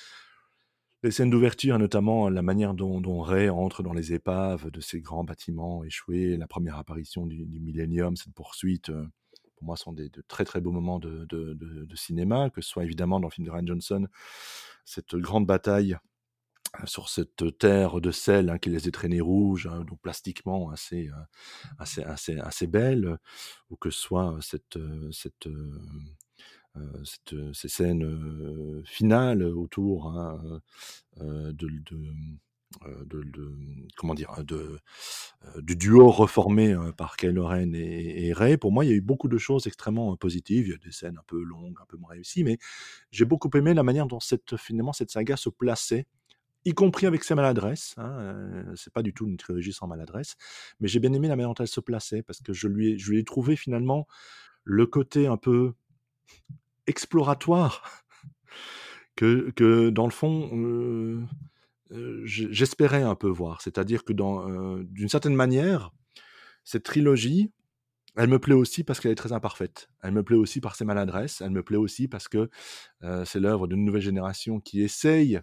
les scènes d'ouverture, notamment la manière dont, dont Rey entre dans les épaves de ces grands bâtiments échoués, la première apparition du, du Millennium, cette poursuite, euh, pour moi, sont des de très très beaux moments de, de, de, de cinéma, que ce soit évidemment dans le film de Rian Johnson, cette grande bataille sur cette terre de sel hein, qui les a traînés rouges, hein, donc plastiquement assez, assez, assez, assez belle, ou que ce soit cette, cette, euh, cette, ces scènes euh, finales autour hein, euh, de, de De, de, comment dire, de, euh, du duo reformé euh, par Kylo Ren et, et Rey. Pour moi, il y a eu beaucoup de choses extrêmement euh, positives. Il y a des scènes un peu longues, un peu moins réussies, mais j'ai beaucoup aimé la manière dont cette, finalement, cette saga se plaçait, y compris avec ses maladresses. Hein, euh, c'est pas du tout une trilogie sans maladresse, mais j'ai bien aimé la manière dont elle se plaçait, parce que je lui ai, je lui ai trouvé finalement le côté un peu exploratoire que, que dans le fond... Euh, Euh, j'espérais un peu voir, c'est-à-dire que dans, euh, d'une certaine manière, cette trilogie, elle me plaît aussi parce qu'elle est très imparfaite. Elle me plaît aussi par ses maladresses. Elle me plaît aussi parce que euh, c'est l'œuvre d'une nouvelle génération qui essaye,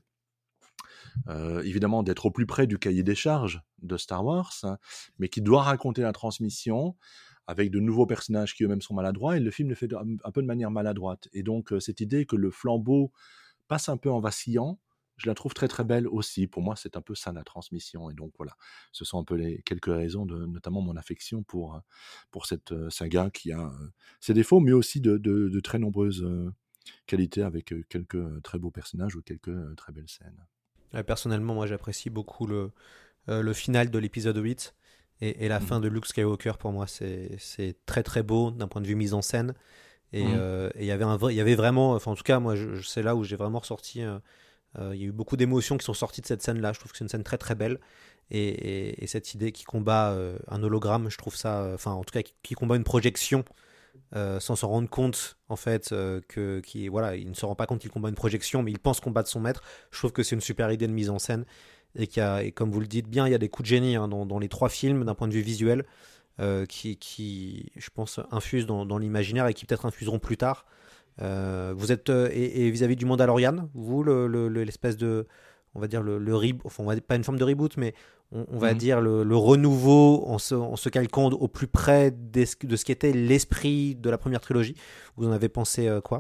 euh, évidemment, d'être au plus près du cahier des charges de Star Wars, hein, mais qui doit raconter la transmission avec de nouveaux personnages qui eux-mêmes sont maladroits, et le film le fait un, un peu de manière maladroite. Et donc, euh, cette idée que le flambeau passe un peu en vacillant, je la trouve très très belle aussi. Pour moi, c'est un peu ça la transmission. Et donc voilà, ce sont un peu les quelques raisons de notamment mon affection pour, pour cette euh, saga qui a euh, ses défauts, mais aussi de, de, de très nombreuses euh, qualités avec euh, quelques très beaux personnages ou quelques euh, très belles scènes. Ouais, personnellement, moi j'apprécie beaucoup le, euh, le final de l'épisode huit et, et la mmh. fin de Luke Skywalker. Pour moi, c'est, c'est très très beau d'un point de vue mise en scène. Et il mmh. euh, y avait un vrai, y avait vraiment, enfin en tout cas, moi je, je, c'est là où j'ai vraiment ressorti. Il euh, euh, y a eu beaucoup d'émotions qui sont sorties de cette scène-là. Je trouve que c'est une scène très très belle. Et, et, et cette idée qui combat euh, un hologramme, je trouve ça, enfin euh, en tout cas qui, qui combat une projection euh, sans s'en rendre compte en fait, euh, que, qui, voilà, il ne se rend pas compte qu'il combat une projection, mais il pense combattre son maître. Je trouve que c'est une super idée de mise en scène et, qu'il y a, et comme vous le dites bien, il y a des coups de génie hein, dans, dans les trois films d'un point de vue visuel. Euh, qui, qui, je pense, infusent dans, dans l'imaginaire et qui peut-être infuseront plus tard. Euh, vous êtes, euh, et, et vis-à-vis du Mandalorian, vous, le, le, l'espèce de, on va dire, le, le reboot, enfin, on va, pas une forme de reboot, mais on, on va mmh. dire le, le renouveau en se, en se calquant au plus près des, de ce qu'était l'esprit de la première trilogie. Vous en avez pensé euh, quoi ?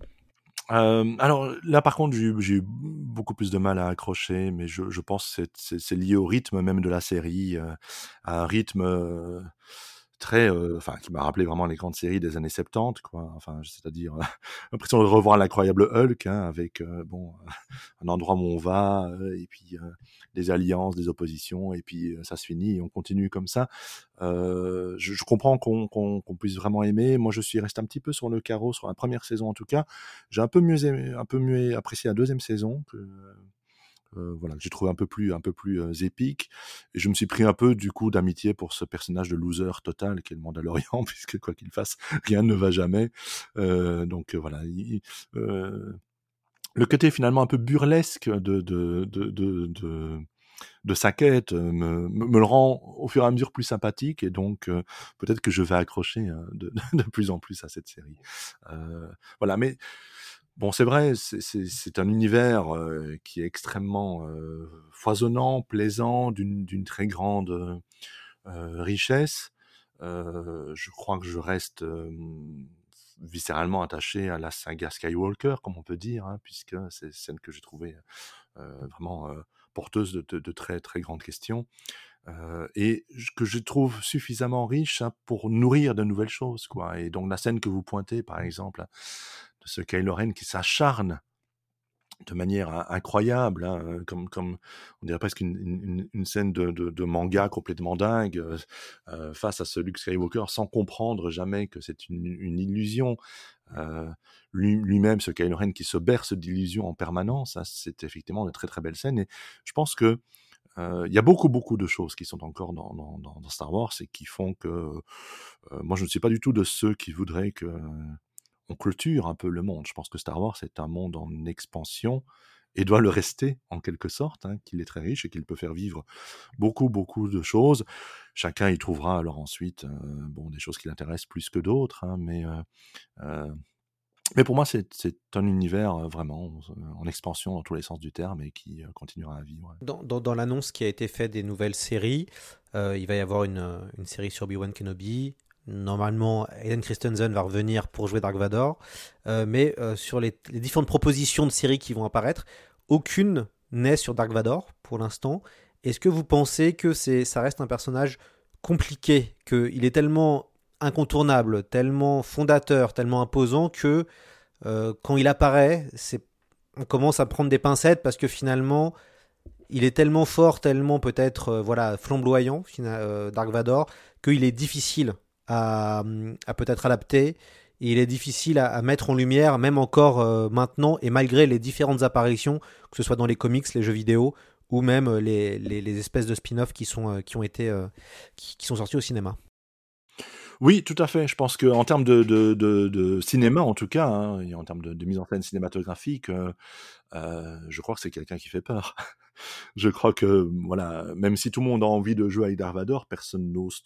Euh, alors là, par contre, j'ai eu, j'ai eu beaucoup plus de mal à accrocher, mais je, je pense que c'est, c'est, c'est lié au rythme même de la série, euh, à un rythme euh, très, euh, enfin, qui m'a rappelé vraiment les grandes séries des années soixante-dix, quoi. Enfin, c'est-à-dire euh, l'impression de revoir l'incroyable Hulk, hein, avec euh, bon, un endroit où on va, euh, et puis euh, des alliances, des oppositions, et puis euh, ça se finit et on continue comme ça. Euh, je, je comprends qu'on, qu'on, qu'on puisse vraiment aimer. Moi, je suis resté un petit peu sur le carreau sur la première saison en tout cas. J'ai un peu mieux aimé, un peu mieux apprécié la deuxième saison que euh, voilà, que j'ai trouvé un peu plus, un peu plus euh, épique. Et je me suis pris un peu du coup d'amitié pour ce personnage de loser total qui est le Mandalorian, puisque quoi qu'il fasse, rien ne va jamais. Euh, donc euh, voilà. Il, euh, le côté finalement un peu burlesque de de de de, de de sa quête me, me le rend au fur et à mesure plus sympathique, et donc euh, peut-être que je vais accrocher euh, de, de plus en plus à cette série. Euh, voilà, mais bon, c'est vrai, c'est, c'est, c'est un univers euh, qui est extrêmement euh, foisonnant, plaisant, d'une, d'une très grande euh, richesse. Euh, je crois que je reste euh, viscéralement attaché à la saga Skywalker, comme on peut dire, hein, puisque c'est celle que j'ai trouvée euh, vraiment euh, porteuse de, de, de très très grandes questions, euh, et que je trouve suffisamment riche hein, pour nourrir de nouvelles choses, quoi. Et donc la scène que vous pointez, par exemple, de ce Kylo Ren qui s'acharne de manière hein, incroyable, hein, comme comme on dirait presque une, une, une scène de, de, de manga complètement dingue, euh, euh, face à ce Luke Skywalker, sans comprendre jamais que c'est une, une illusion. Euh, lui, lui-même, ce Kylo Ren qui se berce d'illusions en permanence, hein, c'est effectivement une très très belle scène. Et je pense que euh, il y a beaucoup beaucoup de choses qui sont encore dans, dans, dans Star Wars et qui font que euh, moi je ne suis pas du tout de ceux qui voudraient que on clôture un peu le monde. Je pense que Star Wars est un monde en expansion et doit le rester en quelque sorte, hein, qu'il est très riche et qu'il peut faire vivre beaucoup, beaucoup de choses. Chacun y trouvera alors ensuite euh, bon, des choses qui l'intéressent plus que d'autres, hein, mais, euh, euh, mais pour moi, c'est, c'est un univers euh, vraiment en expansion dans tous les sens du terme et qui euh, continuera à vivre. Dans, dans, dans l'annonce qui a été faite des nouvelles séries, euh, il va y avoir une, une série sur Obi-Wan Kenobi. Normalement, Hayden Christensen va revenir pour jouer Dark Vador, euh, mais euh, sur les, les différentes propositions de séries qui vont apparaître, aucune n'est sur Dark Vador pour l'instant. Est-ce que vous pensez que c'est, ça reste un personnage compliqué, qu'il est tellement incontournable, tellement fondateur, tellement imposant que euh, quand il apparaît, c'est, on commence à prendre des pincettes parce que finalement, il est tellement fort, tellement peut-être euh, voilà, flamboyant, euh, Dark Vador, qu'il est difficile À, à peut-être adapter, et il est difficile à, à mettre en lumière, même encore euh, maintenant, et malgré les différentes apparitions, que ce soit dans les comics, les jeux vidéo, ou même les, les, les espèces de spin-off qui sont, euh, qui ont été, euh, qui, qui sont sortis au cinéma. Oui, tout à fait. Je pense qu'en termes de, de, de, de cinéma, en tout cas, hein, et en termes de, de mise en scène cinématographique, euh, euh, je crois que c'est quelqu'un qui fait peur. Je crois que, voilà, même si tout le monde a envie de jouer avec Dark Vador, personne n'ose trop,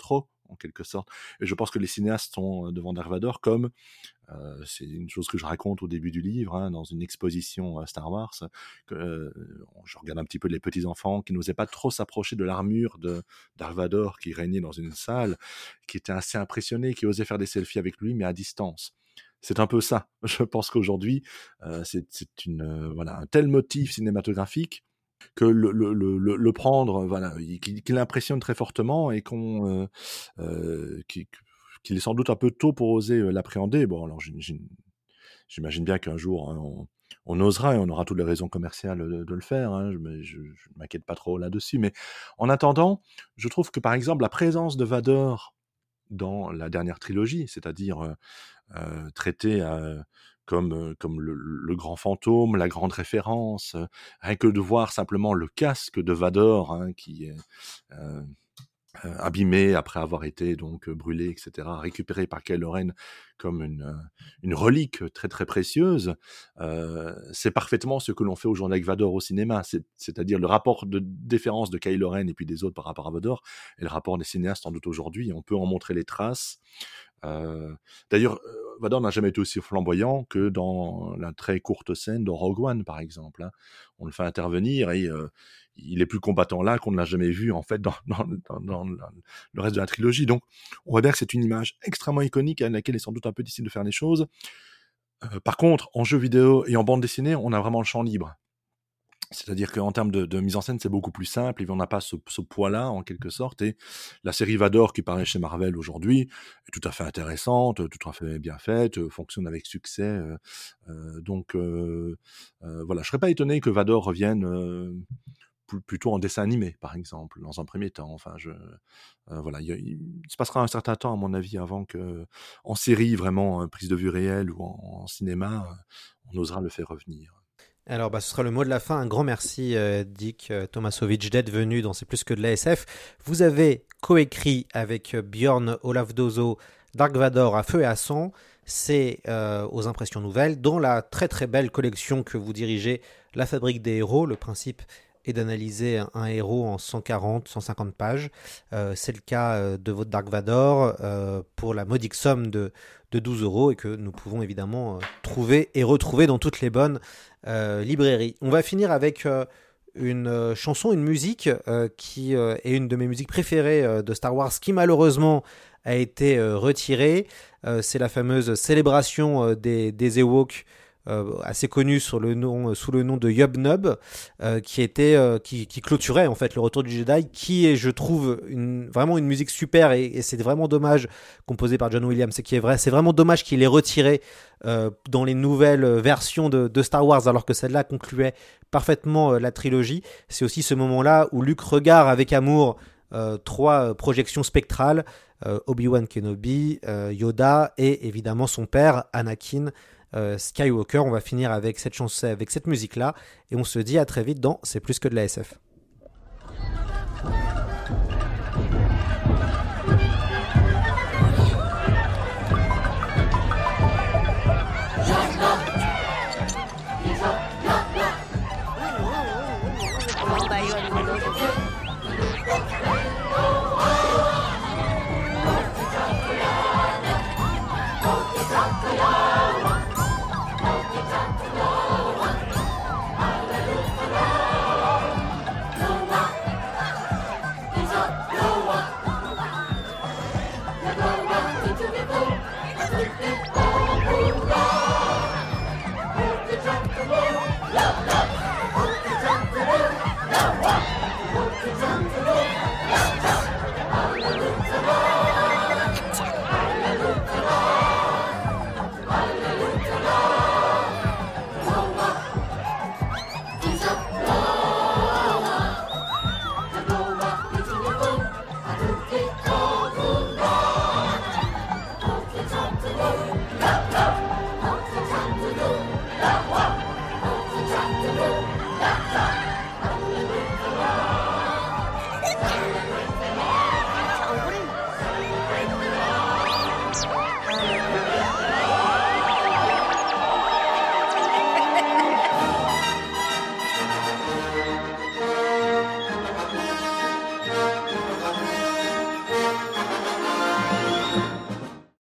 en quelque sorte. Et je pense que les cinéastes sont devant Dark Vador comme, euh, c'est une chose que je raconte au début du livre, hein, dans une exposition à Star Wars, que euh, je regarde un petit peu les petits-enfants qui n'osaient pas trop s'approcher de l'armure de Dark Vador qui régnait dans une salle, qui étaient assez impressionnés, qui osaient faire des selfies avec lui, mais à distance. C'est un peu ça. Je pense qu'aujourd'hui, euh, c'est, c'est une, euh, voilà, un tel motif cinématographique que le, le, le, le prendre, voilà, qu'il, qu'il impressionne très fortement et qu'on, euh, euh, qu'il, qu'il est sans doute un peu tôt pour oser l'appréhender. Bon, alors j'imagine bien qu'un jour hein, on, on osera et on aura toutes les raisons commerciales de, de le faire. Hein, je ne m'inquiète pas trop là-dessus. Mais en attendant, je trouve que par exemple la présence de Vador dans la dernière trilogie, c'est-à-dire euh, euh, traité à comme, comme le, le grand fantôme, la grande référence, euh, rien que de voir simplement le casque de Vador hein, qui est euh, euh, abîmé après avoir été donc brûlé, et cetera, récupéré par Kylo Ren comme une, une relique très très précieuse, euh, c'est parfaitement ce que l'on fait aujourd'hui avec Vador au cinéma, c'est, c'est-à-dire le rapport de déférence de Kylo Ren et puis des autres par rapport à Vador, et le rapport des cinéastes sans doute aujourd'hui, on peut en montrer les traces. Euh, d'ailleurs, Vador n'a jamais été aussi flamboyant que dans la très courte scène de Rogue One, par exemple. Hein. On le fait intervenir et euh, il est plus combattant là qu'on ne l'a jamais vu en fait dans, dans, dans, dans le reste de la trilogie. Donc, on voit bien que c'est une image extrêmement iconique à laquelle il est sans doute un peu difficile de faire les choses. Euh, par contre, en jeu vidéo et en bande dessinée, on a vraiment le champ libre. C'est-à-dire qu'en termes de, de mise en scène, c'est beaucoup plus simple, et on n'a pas ce, ce poids-là, en quelque sorte, et la série Vador qui paraît chez Marvel aujourd'hui est tout à fait intéressante, tout à fait bien faite, fonctionne avec succès, euh, euh, donc euh, euh, voilà, je serais pas étonné que Vador revienne euh, p- plutôt en dessin animé, par exemple, dans un premier temps, enfin, je... Euh, voilà, il, il, il se passera un certain temps, à mon avis, avant que, en série, vraiment, euh, prise de vue réelle, ou en, en cinéma, euh, on osera le faire revenir. Alors, bah, ce sera le mot de la fin. Un grand merci, euh, Dick euh, Tomasowicz, d'être venu dans C'est plus que de la S F. Vous avez coécrit avec euh, Björn Olafdozo Dark Vador à feu et à sang. C'est euh, aux Impressions Nouvelles, dans la très très belle collection que vous dirigez, La Fabrique des Héros. Le principe est d'analyser un, un héros en cent quarante, cent cinquante pages. Euh, c'est le cas euh, de votre Dark Vador euh, pour la modique somme de, de douze euros et que nous pouvons évidemment euh, trouver et retrouver dans toutes les bonnes euh, librairies. On va finir avec euh, une euh, chanson, une musique euh, qui euh, est une de mes musiques préférées euh, de Star Wars, qui malheureusement a été euh, retirée. Euh, c'est la fameuse célébration euh, des, des Ewoks, Euh, assez connu sur le nom, sous le nom de Yub Nub, euh, qui était, euh, qui, qui clôturait en fait le Retour du Jedi, qui est, je trouve, une, vraiment une musique super et, et c'est vraiment dommage, composée par John Williams, c'est qui est vrai, c'est vraiment dommage qu'il ait retiré euh, dans les nouvelles versions de, de Star Wars, alors que celle-là concluait parfaitement euh, la trilogie. C'est aussi ce moment-là où Luke regarde avec amour euh, trois projections spectrales, euh, Obi-Wan Kenobi, euh, Yoda et évidemment son père Anakin Euh, Skywalker. On va finir avec cette chanson, avec cette musique là, et on se dit à très vite dans C'est plus que de la S F.